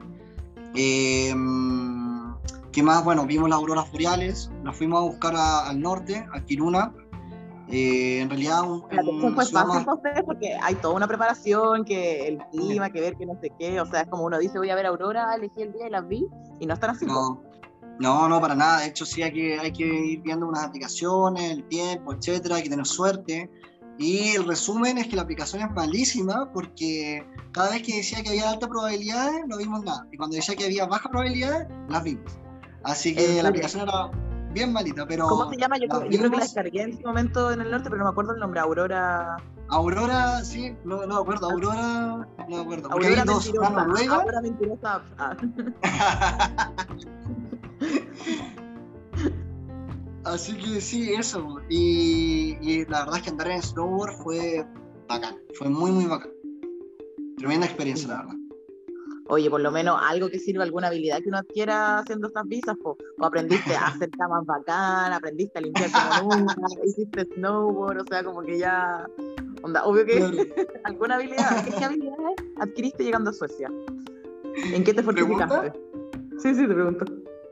B: ¿Qué más? Bueno, vimos las auroras boreales, las fuimos a buscar al norte, a Kiruna. En realidad,
A: Claro, eso
B: en la
A: fue
B: ciudad
A: fácil
B: más...
A: para ustedes porque hay toda una preparación, que el
B: eh,
A: clima, que ver, que no sé qué, o sea, es como uno dice, voy a ver aurora, elegí el día y las vi, y no están así, po.
B: No, para nada. De hecho, sí hay que ir viendo unas aplicaciones, el tiempo, etcétera. Hay que tener suerte. Y el resumen es que la aplicación es malísima porque cada vez que decía que había altas probabilidades, no vimos nada. Y cuando decía que había bajas probabilidades, las vimos. Así
A: ¿En
B: que la
A: serio?
B: aplicación era bien malita,
A: ¿Cómo
B: pero
A: se llama?
B: las
A: Yo creo que la
B: vimos.
A: descargué en su momento en el norte, pero no me acuerdo el nombre. Aurora.
B: Aurora, sí, no me acuerdo. Aurora, no me acuerdo. Porque hay
A: Aurora
B: dos, una
A: mentirosa.
B: noruega.
A: Aurora mentirosa. Ah.
B: Así que sí, eso. Y la verdad es que andar en snowboard fue bacán. Fue muy, muy bacán. Tremenda experiencia, la verdad.
A: Oye, por lo menos algo que sirva, alguna habilidad que uno adquiera haciendo estas visas, po. O aprendiste a hacer camas bacán, aprendiste a limpiar como nunca, hiciste snowboard, o sea, como que ya, onda, obvio que
B: Claro.
A: alguna habilidad. ¿Qué habilidades adquiriste llegando a Suecia? ¿En qué te
B: ¿Pregunta?
A: fortificaste? Sí, te pregunto.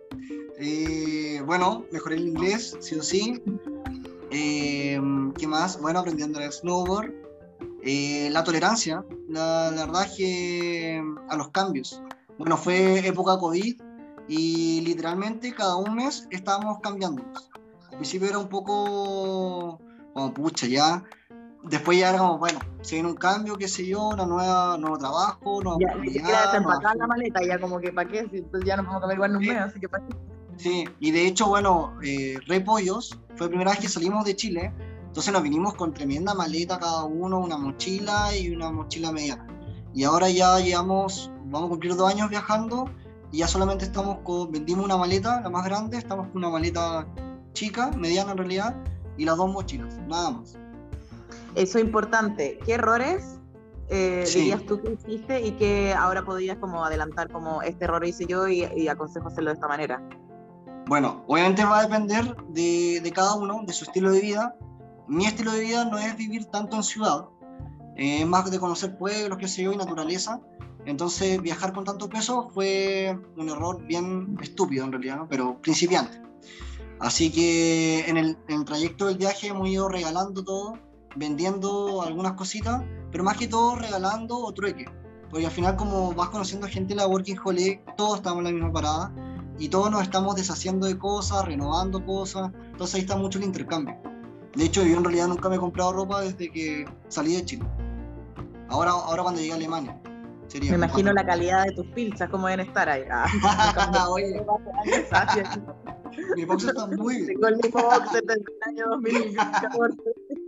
B: Bueno, mejoré el inglés, sí o sí. ¿Qué más? Bueno, aprendí a andar en snowboard. La tolerancia, la verdad es que a los cambios. Bueno, fue época COVID y literalmente cada un mes estábamos cambiándonos. Al principio era un poco como pucha ya, después ya era como bueno, se viene un cambio, qué sé yo, nuevo trabajo, nueva
A: Ya, ni siquiera
B: oportunidad, nueva
A: desempacar la
B: gente.
A: maleta, ya como que para qué, si entonces ya no podemos comer igual en un mes, así que para qué.
B: Sí, y de hecho, bueno, Repollos fue la primera vez que salimos de Chile, entonces nos vinimos con tremenda maleta cada uno, una mochila y una mochila mediana. Y ahora ya vamos a cumplir 2 años viajando y ya solamente vendimos una maleta, la más grande, estamos con una maleta chica, mediana en realidad, y las 2 mochilas, nada más.
A: Eso es importante. ¿Qué errores
B: Sí,
A: dirías tú que hiciste y que ahora podrías como adelantar como este error hice yo y aconsejo hacerlo de esta manera?
B: bueno, obviamente va a depender de cada uno, de su estilo de vida. Mi estilo de vida no es vivir tanto en ciudad, más de conocer pueblos, qué sé yo, y naturaleza. Entonces viajar con tanto peso fue un error bien estúpido en realidad, ¿no? Pero principiante. Así que en el trayecto del viaje hemos ido regalando todo, vendiendo algunas cositas, pero más que todo regalando o trueque. Porque al final como vas conociendo gente en la Working Holiday, todos estamos en la misma parada y todos nos estamos deshaciendo de cosas, renovando cosas, entonces ahí está mucho el intercambio. De hecho, yo en realidad nunca me he comprado ropa desde que salí de Chile. Ahora cuando llegué a Alemania,
A: Me
B: sería como
A: imagino
B: 4
A: la
B: años.
A: calidad de tus pilchas, cómo deben estar ahí. Ah, nunca me
B: Oye,
A: hace años,
B: mi box está muy bien.
A: tengo el mismo boxer del año 2014.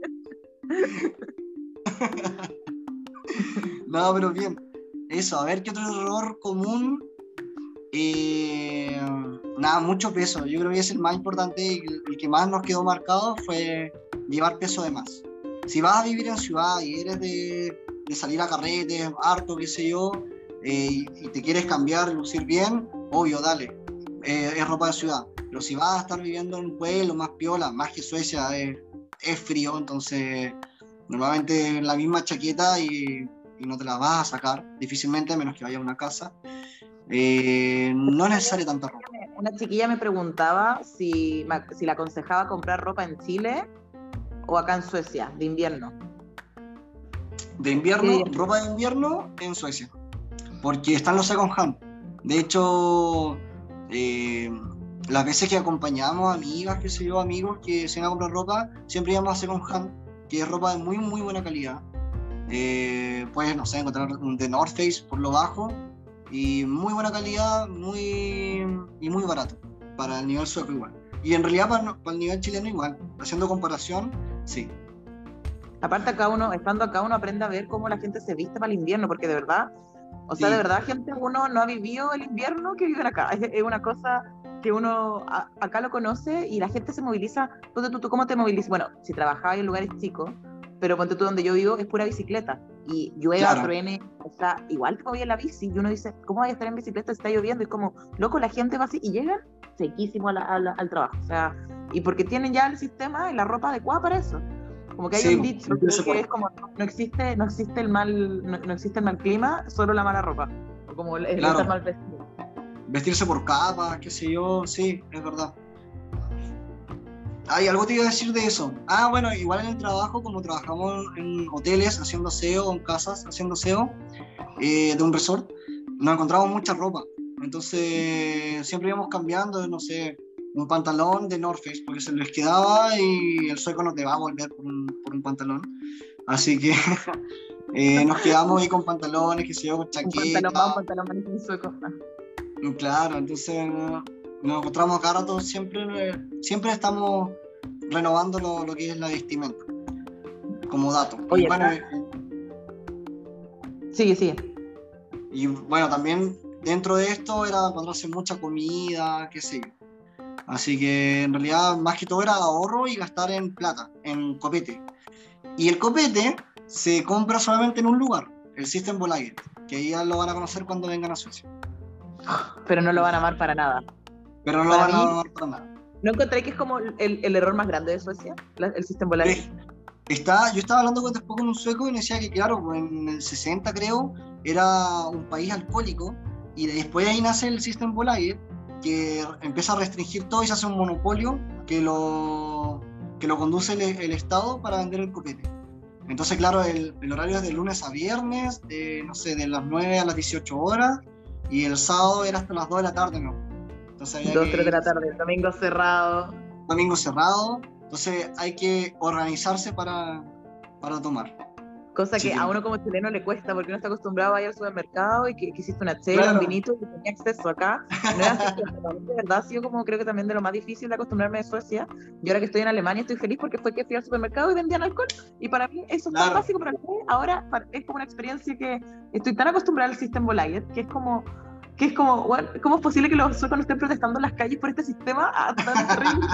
B: No, pero bien. Eso, a ver qué otro error común. Nada, mucho peso. Yo creo que es el más importante y el que más nos quedó marcado fue llevar peso de más. Si vas a vivir en ciudad y eres de salir a carretes, harto, qué sé yo, y te quieres cambiar, lucir bien, obvio, dale. Es ropa de ciudad. Pero si vas a estar viviendo en un pueblo más piola, más que Suecia, es frío, entonces normalmente la misma chaqueta y no te la vas a sacar, difícilmente, a menos que vaya a una casa. No es necesaria tanta ropa.
A: Una chiquilla me preguntaba si le aconsejaba comprar ropa en Chile o acá en Suecia, de invierno.
B: De
A: ¿Qué
B: invierno,
A: dirías tú?
B: ropa de invierno en Suecia, porque están los second hand. De hecho, eh, las veces que acompañamos amigas, qué sé yo, amigos que se iban a comprar ropa, siempre íbamos a second hand, que es ropa de muy, muy buena calidad. Puedes, no sé, encontrar un de North Face por lo bajo y muy buena calidad y muy barato para el nivel sueco igual. Y en realidad para el nivel chileno igual, haciendo comparación, sí.
A: Aparte acá uno, estando acá uno aprende a ver cómo la gente se viste para el invierno, porque de verdad, o sea, de
B: Sí,
A: verdad gente uno no ha vivido el invierno que viven acá. Es una cosa que uno acá lo conoce y la gente se moviliza. Ponte tú, ¿cómo te movilizas? Bueno, si trabajaba en lugares chicos, pero ponte tú donde yo vivo es pura bicicleta. Y llueva,
B: claro.
A: truene, o sea, igual te moví en la bici. Y uno dice, ¿cómo voy a estar en bicicleta si está lloviendo? Y como, loco, la gente va así y llegan sequísimo al trabajo. O sea, y porque tienen ya el sistema y la ropa adecuada para eso. Como que hay
B: Sí,
A: un dicho
B: vestirse
A: que
B: por,
A: es como no existe el mal, no existe el mal clima, solo la mala ropa. O como el estar
B: claro,
A: mal vestido.
B: vestirse por capas, qué sé yo, sí, es verdad. Ay, algo te iba a decir de eso. Ah, bueno, igual en el trabajo, como trabajamos en hoteles haciendo SEO, en casas haciendo SEO, de un resort, nos encontramos mucha ropa. Entonces, siempre íbamos cambiando, no sé, un pantalón de North Face, porque se les quedaba y el sueco no te va a volver por un pantalón. Así que nos quedamos ahí con pantalones, que se yo, con
A: Un
B: chaqueta.
A: pantalón más, un sueco.
B: Claro, entonces nos encontramos cada rato, siempre estamos renovando lo que es la vestimenta, como dato.
A: Oye, sigue.
B: Y bueno, también dentro de esto era cuando hace mucha comida, qué sé yo. Así que en realidad más que todo era ahorro y gastar en plata, en copete. Y el copete se compra solamente en un lugar, el System Bolaget, que ahí ya lo van a conocer cuando vengan a Suecia.
A: Pero no lo van a amar para nada.
B: Pero no lo
A: Para
B: van a
A: mí,
B: amar para nada.
A: ¿no encontré que es como el error más grande de Suecia? El sistema Bolaget.
B: Yo estaba hablando después con un sueco y me decía que, claro, en el 60 creo, era un país alcohólico y después ahí nace el System Bolaget, que empieza a restringir todo y se hace un monopolio que lo conduce el Estado para vender el copete. Entonces, claro, el horario es de lunes a viernes, no sé, de las 9 a las 18 horas, y el sábado era hasta las 2 de la tarde, ¿no? Entonces había
A: 2, 3 de la tarde, el domingo cerrado.
B: Domingo cerrado, entonces hay que organizarse para tomar.
A: Cosa
B: Sí,
A: que a uno como chileno le cuesta, porque uno está acostumbrado a ir al supermercado y que hiciste una chela,
B: claro.
A: Un vinito, y tenía acceso acá. No era así, de verdad ha sido como creo que también de lo más difícil de acostumbrarme de Suecia. Y ahora que estoy en Alemania estoy feliz porque fue que fui al supermercado y vendían alcohol. Y para mí eso es tan básico, pero ahora es como una experiencia que estoy tan acostumbrada al System Bolaget, que es como, bueno, ¿cómo es posible que los suecos no estén protestando en las calles por este sistema tan terrible?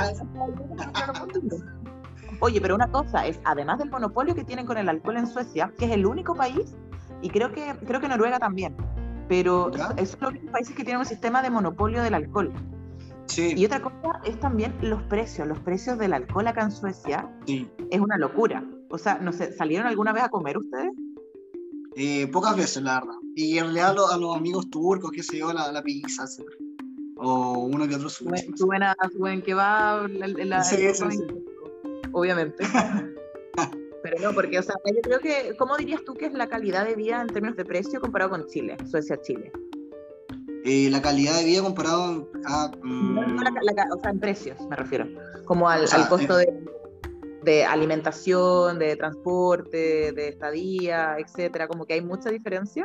A: Oye, pero una cosa es, además del monopolio que tienen con el alcohol en Suecia, que es el único país, y creo que Noruega también, pero es los únicos países que tienen un sistema de monopolio del alcohol.
B: Sí.
A: Y otra cosa es también los precios del alcohol acá en Suecia.
B: Sí.
A: Es una locura. O sea, no sé, ¿salieron alguna vez a comer ustedes?
B: Pocas veces, la verdad. Y en realidad a los amigos turcos, qué sé yo, la pizza, etc. O uno que otro sushi.
A: Suben kebab,
B: Sí.
A: Obviamente. Pero no, porque, o sea, yo creo que, ¿cómo dirías tú que es la calidad de vida en términos de precio comparado con Chile, Suecia-Chile?
B: La calidad de vida comparado a...
A: o sea, en precios, me refiero. Como al costo de alimentación, de transporte, de estadía, etcétera. Como que hay mucha diferencia.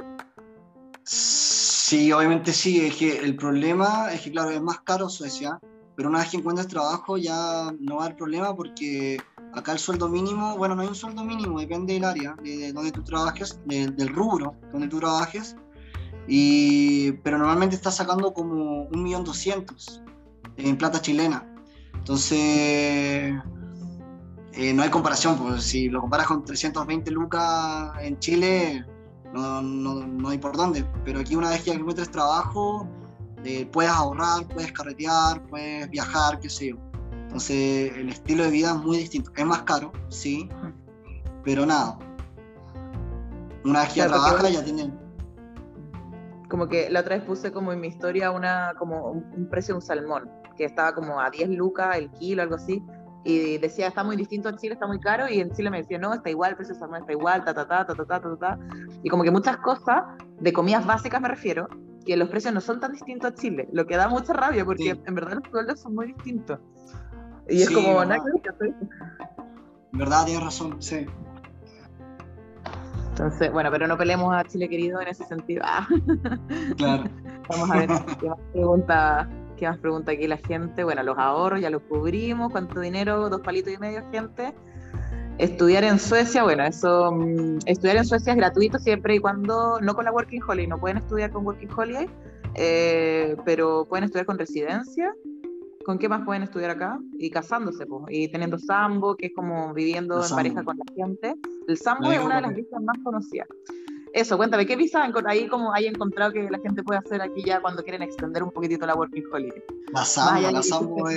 B: Sí, obviamente sí. Es que el problema es que, claro, es más caro Suecia, pero una vez que encuentres trabajo ya no va a haber problema porque acá el sueldo mínimo, bueno, no hay un sueldo mínimo, depende del área, de donde tú trabajes, del rubro donde tú trabajes, pero normalmente estás sacando como 1.200.000 en plata chilena. Entonces, no hay comparación, pues si lo comparas con 320 lucas en Chile, no hay por dónde, pero aquí una vez que encuentres trabajo, puedes ahorrar, puedes carretear, puedes viajar, qué sé yo. Entonces el estilo de vida es muy distinto. Es más caro, sí, pero nada. Una vez que ya trabajas, ya tienen...
A: Como que la otra vez puse como en mi historia como un precio de un salmón, que estaba como a 10 lucas el kilo, algo así, y decía, está muy distinto en Chile, está muy caro, y en Chile me decía, no, está igual, el precio del salmón está igual, y como que muchas cosas, de comidas básicas me refiero, que los precios no son tan distintos a Chile, lo que da mucha rabia, porque en verdad los sueldos son muy distintos. Y es como, nada que hacer.
B: En verdad, tienes razón, sí.
A: Entonces, bueno, pero no peleemos a Chile querido en ese sentido.
B: Claro.
A: Vamos a ver qué más pregunta aquí la gente. Bueno, los ahorros ya los cubrimos. ¿Cuánto dinero? 2,5 palitos, gente. Estudiar en Suecia, bueno, estudiar en Suecia es gratuito siempre y cuando, no con la Working Holiday, no pueden estudiar con Working Holiday, pero pueden estudiar con residencia. ¿Con qué más pueden estudiar acá? Y casándose, pues, y teniendo sambo, que es como viviendo en pareja con la gente. El sambo es una de las visas más conocidas. Eso, cuéntame, ¿qué visa ahí como hay encontrado que la gente puede hacer aquí ya cuando quieren extender un poquitito la Working Holiday?
B: La sambo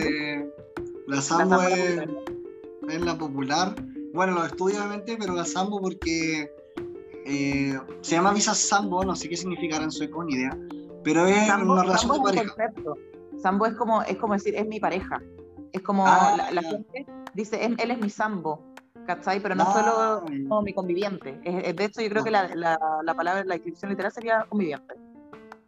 B: es la popular. Bueno, lo estudio obviamente, pero la sambo porque se llama visa sambo, no sé qué significará en sueco, ni idea, pero es
A: sambo,
B: una relación de pareja.
A: Sambo es como decir, es mi pareja. Es como la gente dice, él es mi sambo, ¿cachai? Pero no solo mi conviviente. De hecho, yo creo que la palabra, la descripción literal sería conviviente.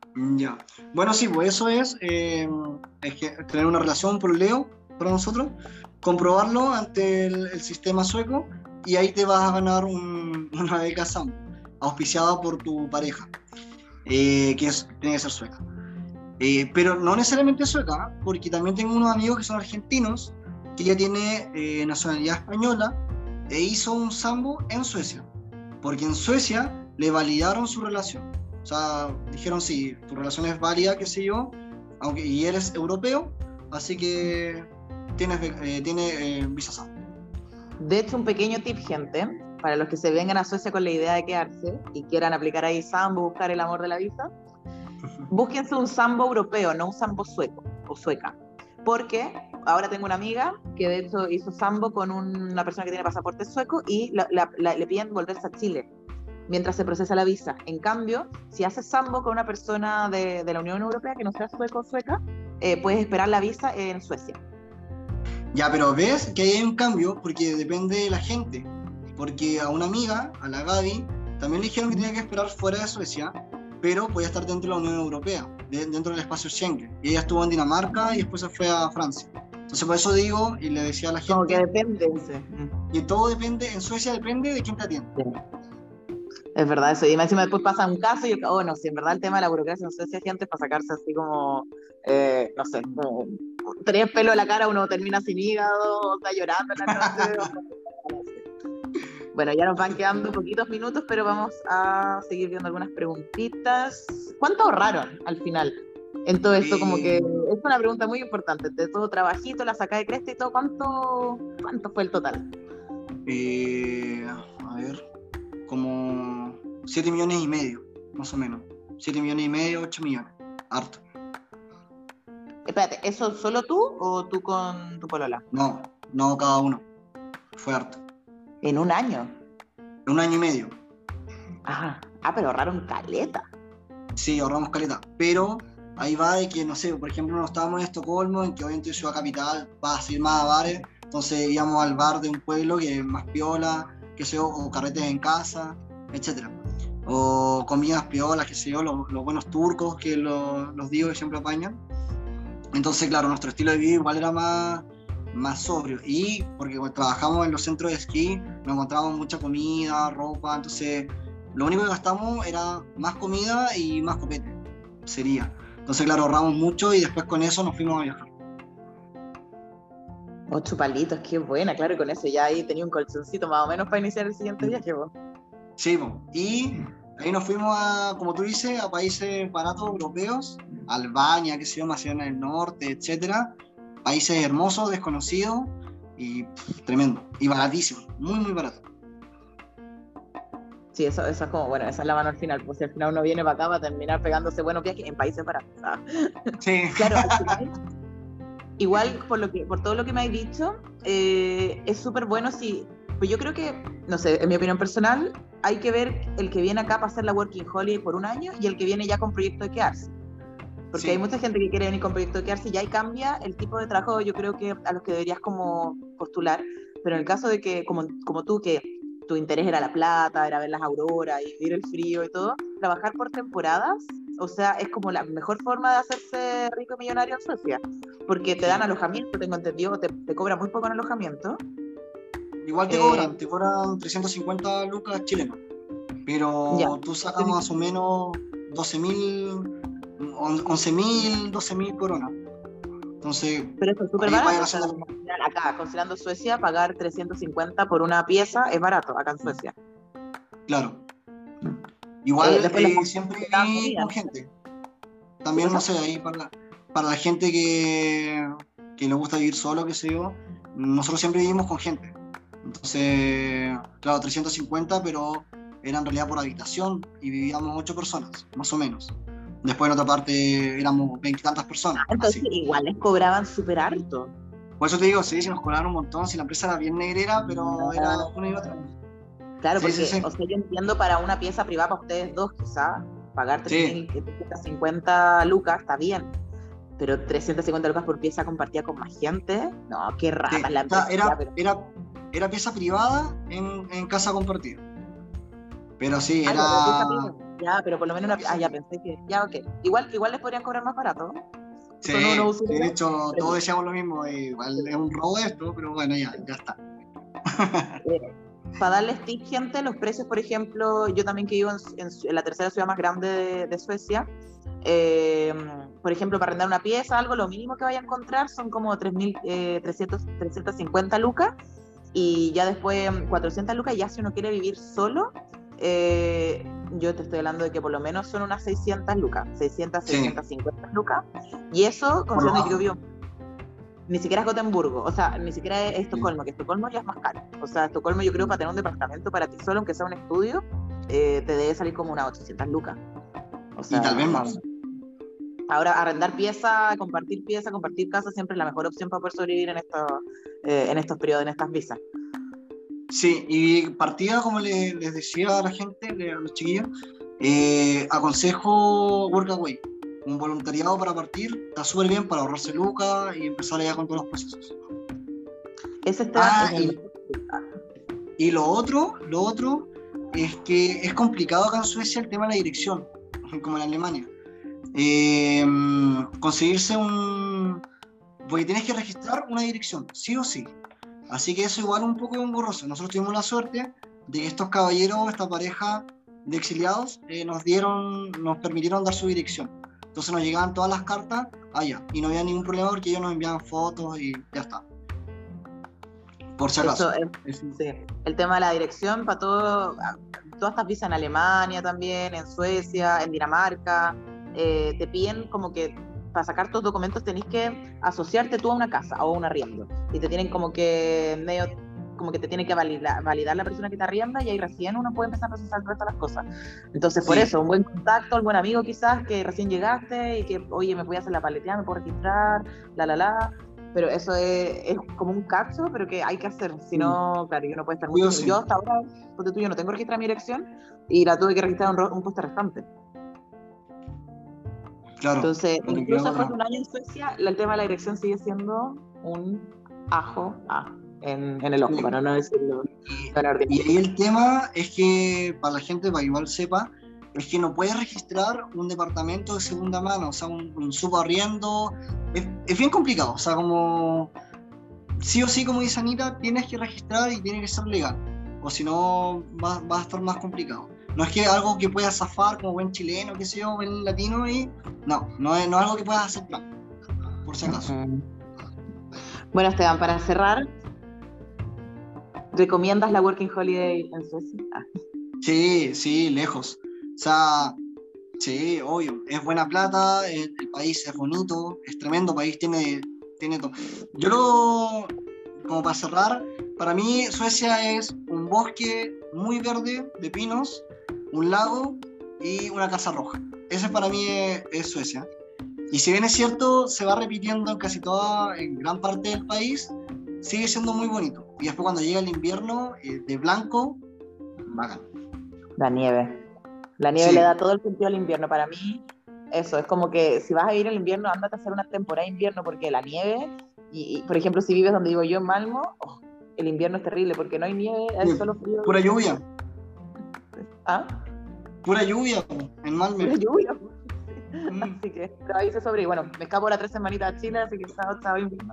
B: Ya. Bueno, sí, pues eso es que tener una relación, un pololeo para nosotros, comprobarlo ante el sistema sueco y ahí te vas a ganar una beca SAM, auspiciada por tu pareja, tiene que ser sueca. Pero no necesariamente sueca, porque también tengo unos amigos que son argentinos, que ella tiene nacionalidad española e hizo un sambo en Suecia, porque en Suecia le validaron su relación. O sea, dijeron, sí, tu relación es válida, qué sé yo, y eres europeo, así que tiene visa SAM.
A: De hecho, un pequeño tip, gente, para los que se vengan a Suecia con la idea de quedarse y quieran aplicar ahí sambo, buscar el amor de la visa, búsquense un sambo europeo, no un sambo sueco o sueca. Porque ahora tengo una amiga que de hecho hizo sambo con una persona que tiene pasaporte sueco y le piden volverse a Chile mientras se procesa la visa. En cambio, si haces sambo con una persona de la Unión Europea que no sea sueco o sueca, puedes esperar la visa en Suecia.
B: Ya, pero ves que ahí hay un cambio porque depende de la gente. Porque a una amiga, a la Gaby, también le dijeron que tenía que esperar fuera de Suecia, pero podía estar dentro de la Unión Europea, dentro del espacio Schengen. Y ella estuvo en Dinamarca y después se fue a Francia. Entonces por eso digo, y le decía a la gente...
A: Como que depende.
B: Y todo depende, en Suecia depende de quién te atiende.
A: Sí. Es verdad eso, y encima después pasa un caso y no, si en verdad el tema de la burocracia en Suecia, gente, para sacarse así como, no sé, como 3 pelos en la cara, uno termina sin hígado, está llorando en la noche. Bueno, ya nos van quedando poquitos minutos, pero vamos a seguir viendo algunas preguntitas. ¿Cuánto ahorraron al final en todo esto? Como que es una pregunta muy importante, de todo trabajito, la sacada de cresta y todo, ¿cuánto fue el total?
B: A ver, como 7,5 millones, más o menos. 7,5 millones, 8 millones. Harto.
A: Espérate, ¿eso solo tú o tú con tu polola?
B: No, cada uno. Fue harto.
A: ¿En un año?
B: En 1 año y medio.
A: Pero ahorraron caleta.
B: Sí, ahorramos caleta. Pero ahí va de que, no sé, por ejemplo, no estábamos en Estocolmo, en que obviamente ciudad capital, vas a ir más a bares. Entonces íbamos al bar de un pueblo que es más piola, qué sé yo, o carretes en casa, etc. O comidas piolas, qué sé yo, los buenos turcos que los digo que siempre apañan. Entonces, claro, nuestro estilo de vida igual era más sobrio. Y porque cuando trabajamos en los centros de esquí, nos encontrábamos mucha comida, ropa, entonces lo único que gastamos era más comida y más copete, sería. Entonces, claro, ahorramos mucho y después con eso nos fuimos a viajar.
A: 8 palitos, qué buena, claro, y con eso ya ahí tenía un colchoncito más o menos para iniciar el siguiente viaje, vos.
B: Sí, y ahí nos fuimos a, como tú dices, a países baratos europeos, Albania, qué sé yo, Macedonia del Norte, etcétera. Países hermosos, desconocidos y tremendo. Y baratísimo, muy, muy barato.
A: Sí, eso es como, bueno, esa es la mano al final, pues si al final uno viene para acá para terminar pegándose buenos viajes en países baratos.
B: Sí.
A: Claro, al final, igual por todo lo que me has dicho, es súper bueno si, pues yo creo que, no sé, en mi opinión personal, hay que ver el que viene acá para hacer la Working Holiday por 1 año y el que viene ya con proyecto de quedarse. Porque sí, hay mucha gente que quiere venir con proyecto de quedarse y ya ahí cambia el tipo de trabajo, yo creo que a los que deberías como postular, pero en el caso de que, como tú, que tu interés era la plata, era ver las auroras y vivir el frío y todo, trabajar por temporadas, o sea, es como la mejor forma de hacerse rico y millonario en Suecia, porque te dan alojamiento, tengo entendido, te cobran muy poco en alojamiento.
B: Igual te cobran 350 lucas chilenos, pero ya, tú sacas más o menos 12.000, 11.000, 12.000 coronas. Entonces,
A: pero eso es súper barato. O sea, acá, considerando Suecia, pagar 350 por una pieza es barato acá en Suecia.
B: Claro. Igual siempre viví con gente. También, no sé, ahí para la gente que le gusta vivir solo, qué sé yo, nosotros siempre vivimos con gente. Entonces, claro, 350, pero era en realidad por habitación y vivíamos 8 personas, más o menos. Después en otra parte éramos 20 y tantas personas.
A: Entonces así, igual les cobraban súper harto.
B: Por eso te digo, sí, nos cobraron un montón, si la empresa era bien negrera, pero era una y otra.
A: Claro, sí, porque, sí. O sea, yo entiendo para una pieza privada para ustedes dos, quizás, pagar 350 lucas está bien, pero 350 lucas por pieza compartida con más gente, no, qué rata sí, la empresa.
B: Era pieza privada en casa compartida. Pero sí,
A: Ya, pero por lo menos ya pensé que, ya, ok. Igual les podrían cobrar más barato, ¿no?
B: Sí,
A: Son unos
B: de
A: usureros,
B: hecho,
A: pero,
B: todos decíamos lo mismo, igual es un robo esto, pero bueno, ya está.
A: para darles tip, gente, los precios, por ejemplo, yo también que vivo en la tercera ciudad más grande de Suecia, por ejemplo, para arrendar una pieza, algo, lo mínimo que vaya a encontrar son como 350 lucas, y ya después 400 lucas, ya si uno quiere vivir solo, yo te estoy hablando de que por lo menos son unas 600 lucas, 600,
B: Sí,
A: 650 lucas, y eso,
B: por lo
A: considerando que yo
B: bajo.
A: vivo ni siquiera es Gotemburgo, o sea, ni siquiera es
B: Sí.
A: Estocolmo, que Estocolmo ya es más caro. O sea, Estocolmo yo creo para tener un departamento para ti solo, aunque sea un estudio, te debe salir como unas 800 lucas. O
B: Y tal
A: sea,
B: vez
A: vamos.
B: más.
A: Ahora, arrendar pieza, compartir casa, siempre es la mejor opción para poder sobrevivir en estos periodos, en estas visas.
B: Sí, y partida, como les decía a la gente, a los chiquillos, aconsejo Workaway, un voluntariado para partir, está súper bien para ahorrarse lucas y empezar ya con todos los procesos.
A: Ese Esteban
B: Ah,
A: es el mejor.
B: y lo otro es que es complicado acá en Suecia el tema de la dirección, como en Alemania. Conseguirse porque tienes que registrar una dirección, sí o sí. Así que eso igual un poco engorroso. Nosotros tuvimos la suerte de que estos caballeros, esta pareja de exiliados, nos permitieron dar su dirección. Entonces nos llegaban todas las cartas allá y no había ningún problema porque ellos nos enviaban fotos y ya está. Por si
A: Eso
B: acaso.
A: es, sí. El tema de la dirección para todas estas visas en Alemania también, en Suecia, en Dinamarca, te piden como que para sacar tus documentos tenés que asociarte tú a una casa o a un arriendo. Y te tienen como que como que te tiene que validar la persona que te arrienda y ahí recién uno puede empezar a procesar el resto de las cosas. Entonces, por
B: Sí,
A: eso, un buen contacto, un buen amigo quizás que recién llegaste y que, oye, me voy a hacer la paleteada, me puedo registrar, pero eso es como un cacho, pero que hay que hacer, si no, claro, yo no puedo estar
B: sí
A: mucho
B: o
A: tiempo.
B: sí.
A: Yo hasta ahora, porque tú, yo no tengo registrada mi dirección y la tuve que registrar un poste restante.
B: Claro,
A: Entonces,
B: no te queda
A: incluso después
B: otra.
A: de un año en Suecia, el tema de la dirección sigue siendo un ajo en el ojo,
B: Sí.
A: para no decirlo tan
B: Y
A: ordinario.
B: ahí el tema es que, para la gente, para que igual sepa, es que no puedes registrar un departamento de segunda mano, o sea, un subarriendo. Es bien complicado, o sea, como sí o sí, como dice Anita, tienes que registrar y tiene que ser legal, o si no, va a estar más complicado. No es que algo que puedas zafar como buen chileno, qué sé yo, buen latino, y no es algo que puedas hacer plan, por si acaso.
A: Bueno, Esteban, para cerrar, ¿recomiendas la Working Holiday en Suecia?
B: Sí, lejos. O sea, sí, obvio. Es buena plata, el país es bonito, es tremendo país, tiene todo. Como para cerrar, para mí Suecia es un bosque muy verde de pinos, un lago y una casa roja. Ese para mí es Suecia. Y si bien es cierto, se va repitiendo en gran parte del país, sigue siendo muy bonito. Y después cuando llega el invierno, de blanco, bacán.
A: La nieve. La nieve le
B: Sí,
A: da todo el sentido al invierno. Para mí, eso, es como que si vas a ir el invierno, ándate a hacer una temporada de invierno, porque la nieve, por ejemplo, si vives donde vivo yo en Malmo, el invierno es terrible, porque no hay nieve, es solo frío.
B: pura lluvia.
A: ¿Ah?
B: Pura lluvia, en
A: Pura
B: Malme.
A: lluvia.
B: Mm.
A: Así que, pero ahí se sobrevive. Bueno, me escapo las 3 semanitas a Chile, así que estaba invierno.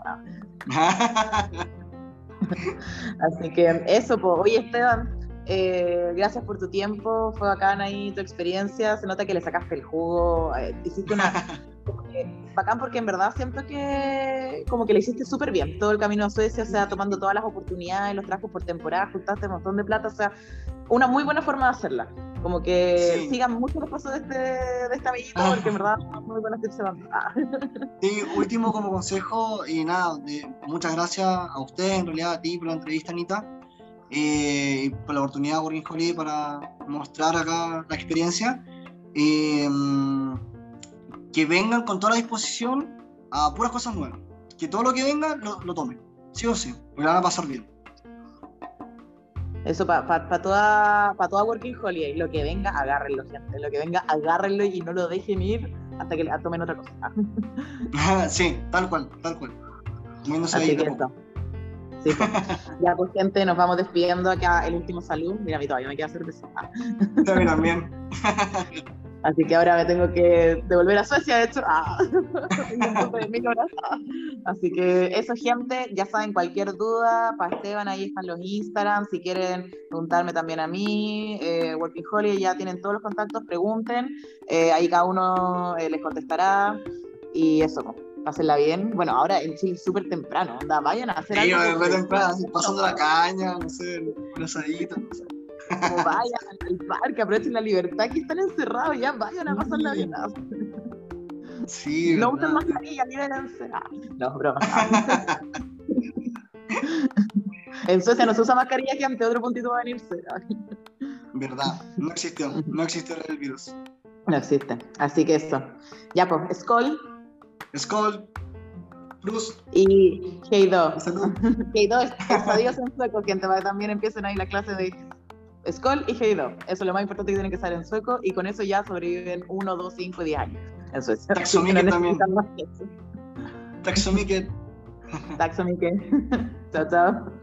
A: Así que eso, pues. Oye, Esteban, gracias por tu tiempo, fue bacán ahí tu experiencia, se nota que le sacaste el jugo, hiciste bacán porque en verdad siento que como que le hiciste súper bien todo el camino a Suecia, o sea, tomando todas las oportunidades, los trabajos por temporada, juntaste un montón de plata, o sea, una muy buena forma de hacerla. Como que
B: Sí.
A: sigan mucho los pasos de este amiguito, porque en verdad muy buenas tips se van.
B: Sí, último como consejo, y nada, muchas gracias a usted, en realidad a ti por la entrevista, Anita, y por la oportunidad de Working Holiday para mostrar acá la experiencia. Eh, que vengan con toda la disposición a puras cosas nuevas. Que todo lo que venga lo tomen, sí o sí, porque la van a pasar bien.
A: Eso para toda Working Holiday, lo que venga, agárrenlo, gente. Lo que venga, agárrenlo y no lo dejen ir hasta que tomen otra cosa.
B: Sí, tal cual, comiéndose ahí
A: Así
B: de
A: que
B: poco.
A: eso. Sí, pues. Ya, pues, gente, nos vamos despidiendo acá. El último saludo. Mira, a mí todavía me queda cerveza.
B: A mí también.
A: Así que ahora me tengo que devolver a Suecia, de hecho. Tengo un poco de 1000 horas. Así que eso, gente, ya saben, cualquier duda, para Esteban, ahí están los Instagram. Si quieren preguntarme también a mí, Working Holiday, ya tienen todos los contactos, pregunten. Ahí cada uno les contestará. Y eso, pues, pásenla bien. Bueno, ahora en Chile es súper temprano, onda, vayan a hacer
B: Sí,
A: algo.
B: re temprano, así, pasando la caña, no sé, un asadito, no sé.
A: Como vayan al parque, aprovechen la libertad que están encerrados, ya vayan a pasarla bien.
B: Sí,
A: No
B: verdad.
A: usen mascarilla, libérense. No, broma. En Suecia no se usa mascarilla, gente, otro puntito va a venirse.
B: Verdad, no existió el virus.
A: No existe. Así que eso. Ya, pues, Skol
B: Skål, Plus,
A: y Heido.
B: salud.
A: Heido es adiós en sueco, gente, para que también empiecen ahí la clase de Skol y Heido. Eso es lo más importante que tienen que saber en sueco, y con eso ya sobreviven 1, 2, 5 y 10 años en Suecia.
B: Tack så mycket también.
A: Más que eso.
B: Tack så mycket.
A: Tack så mycket. Chao, chao.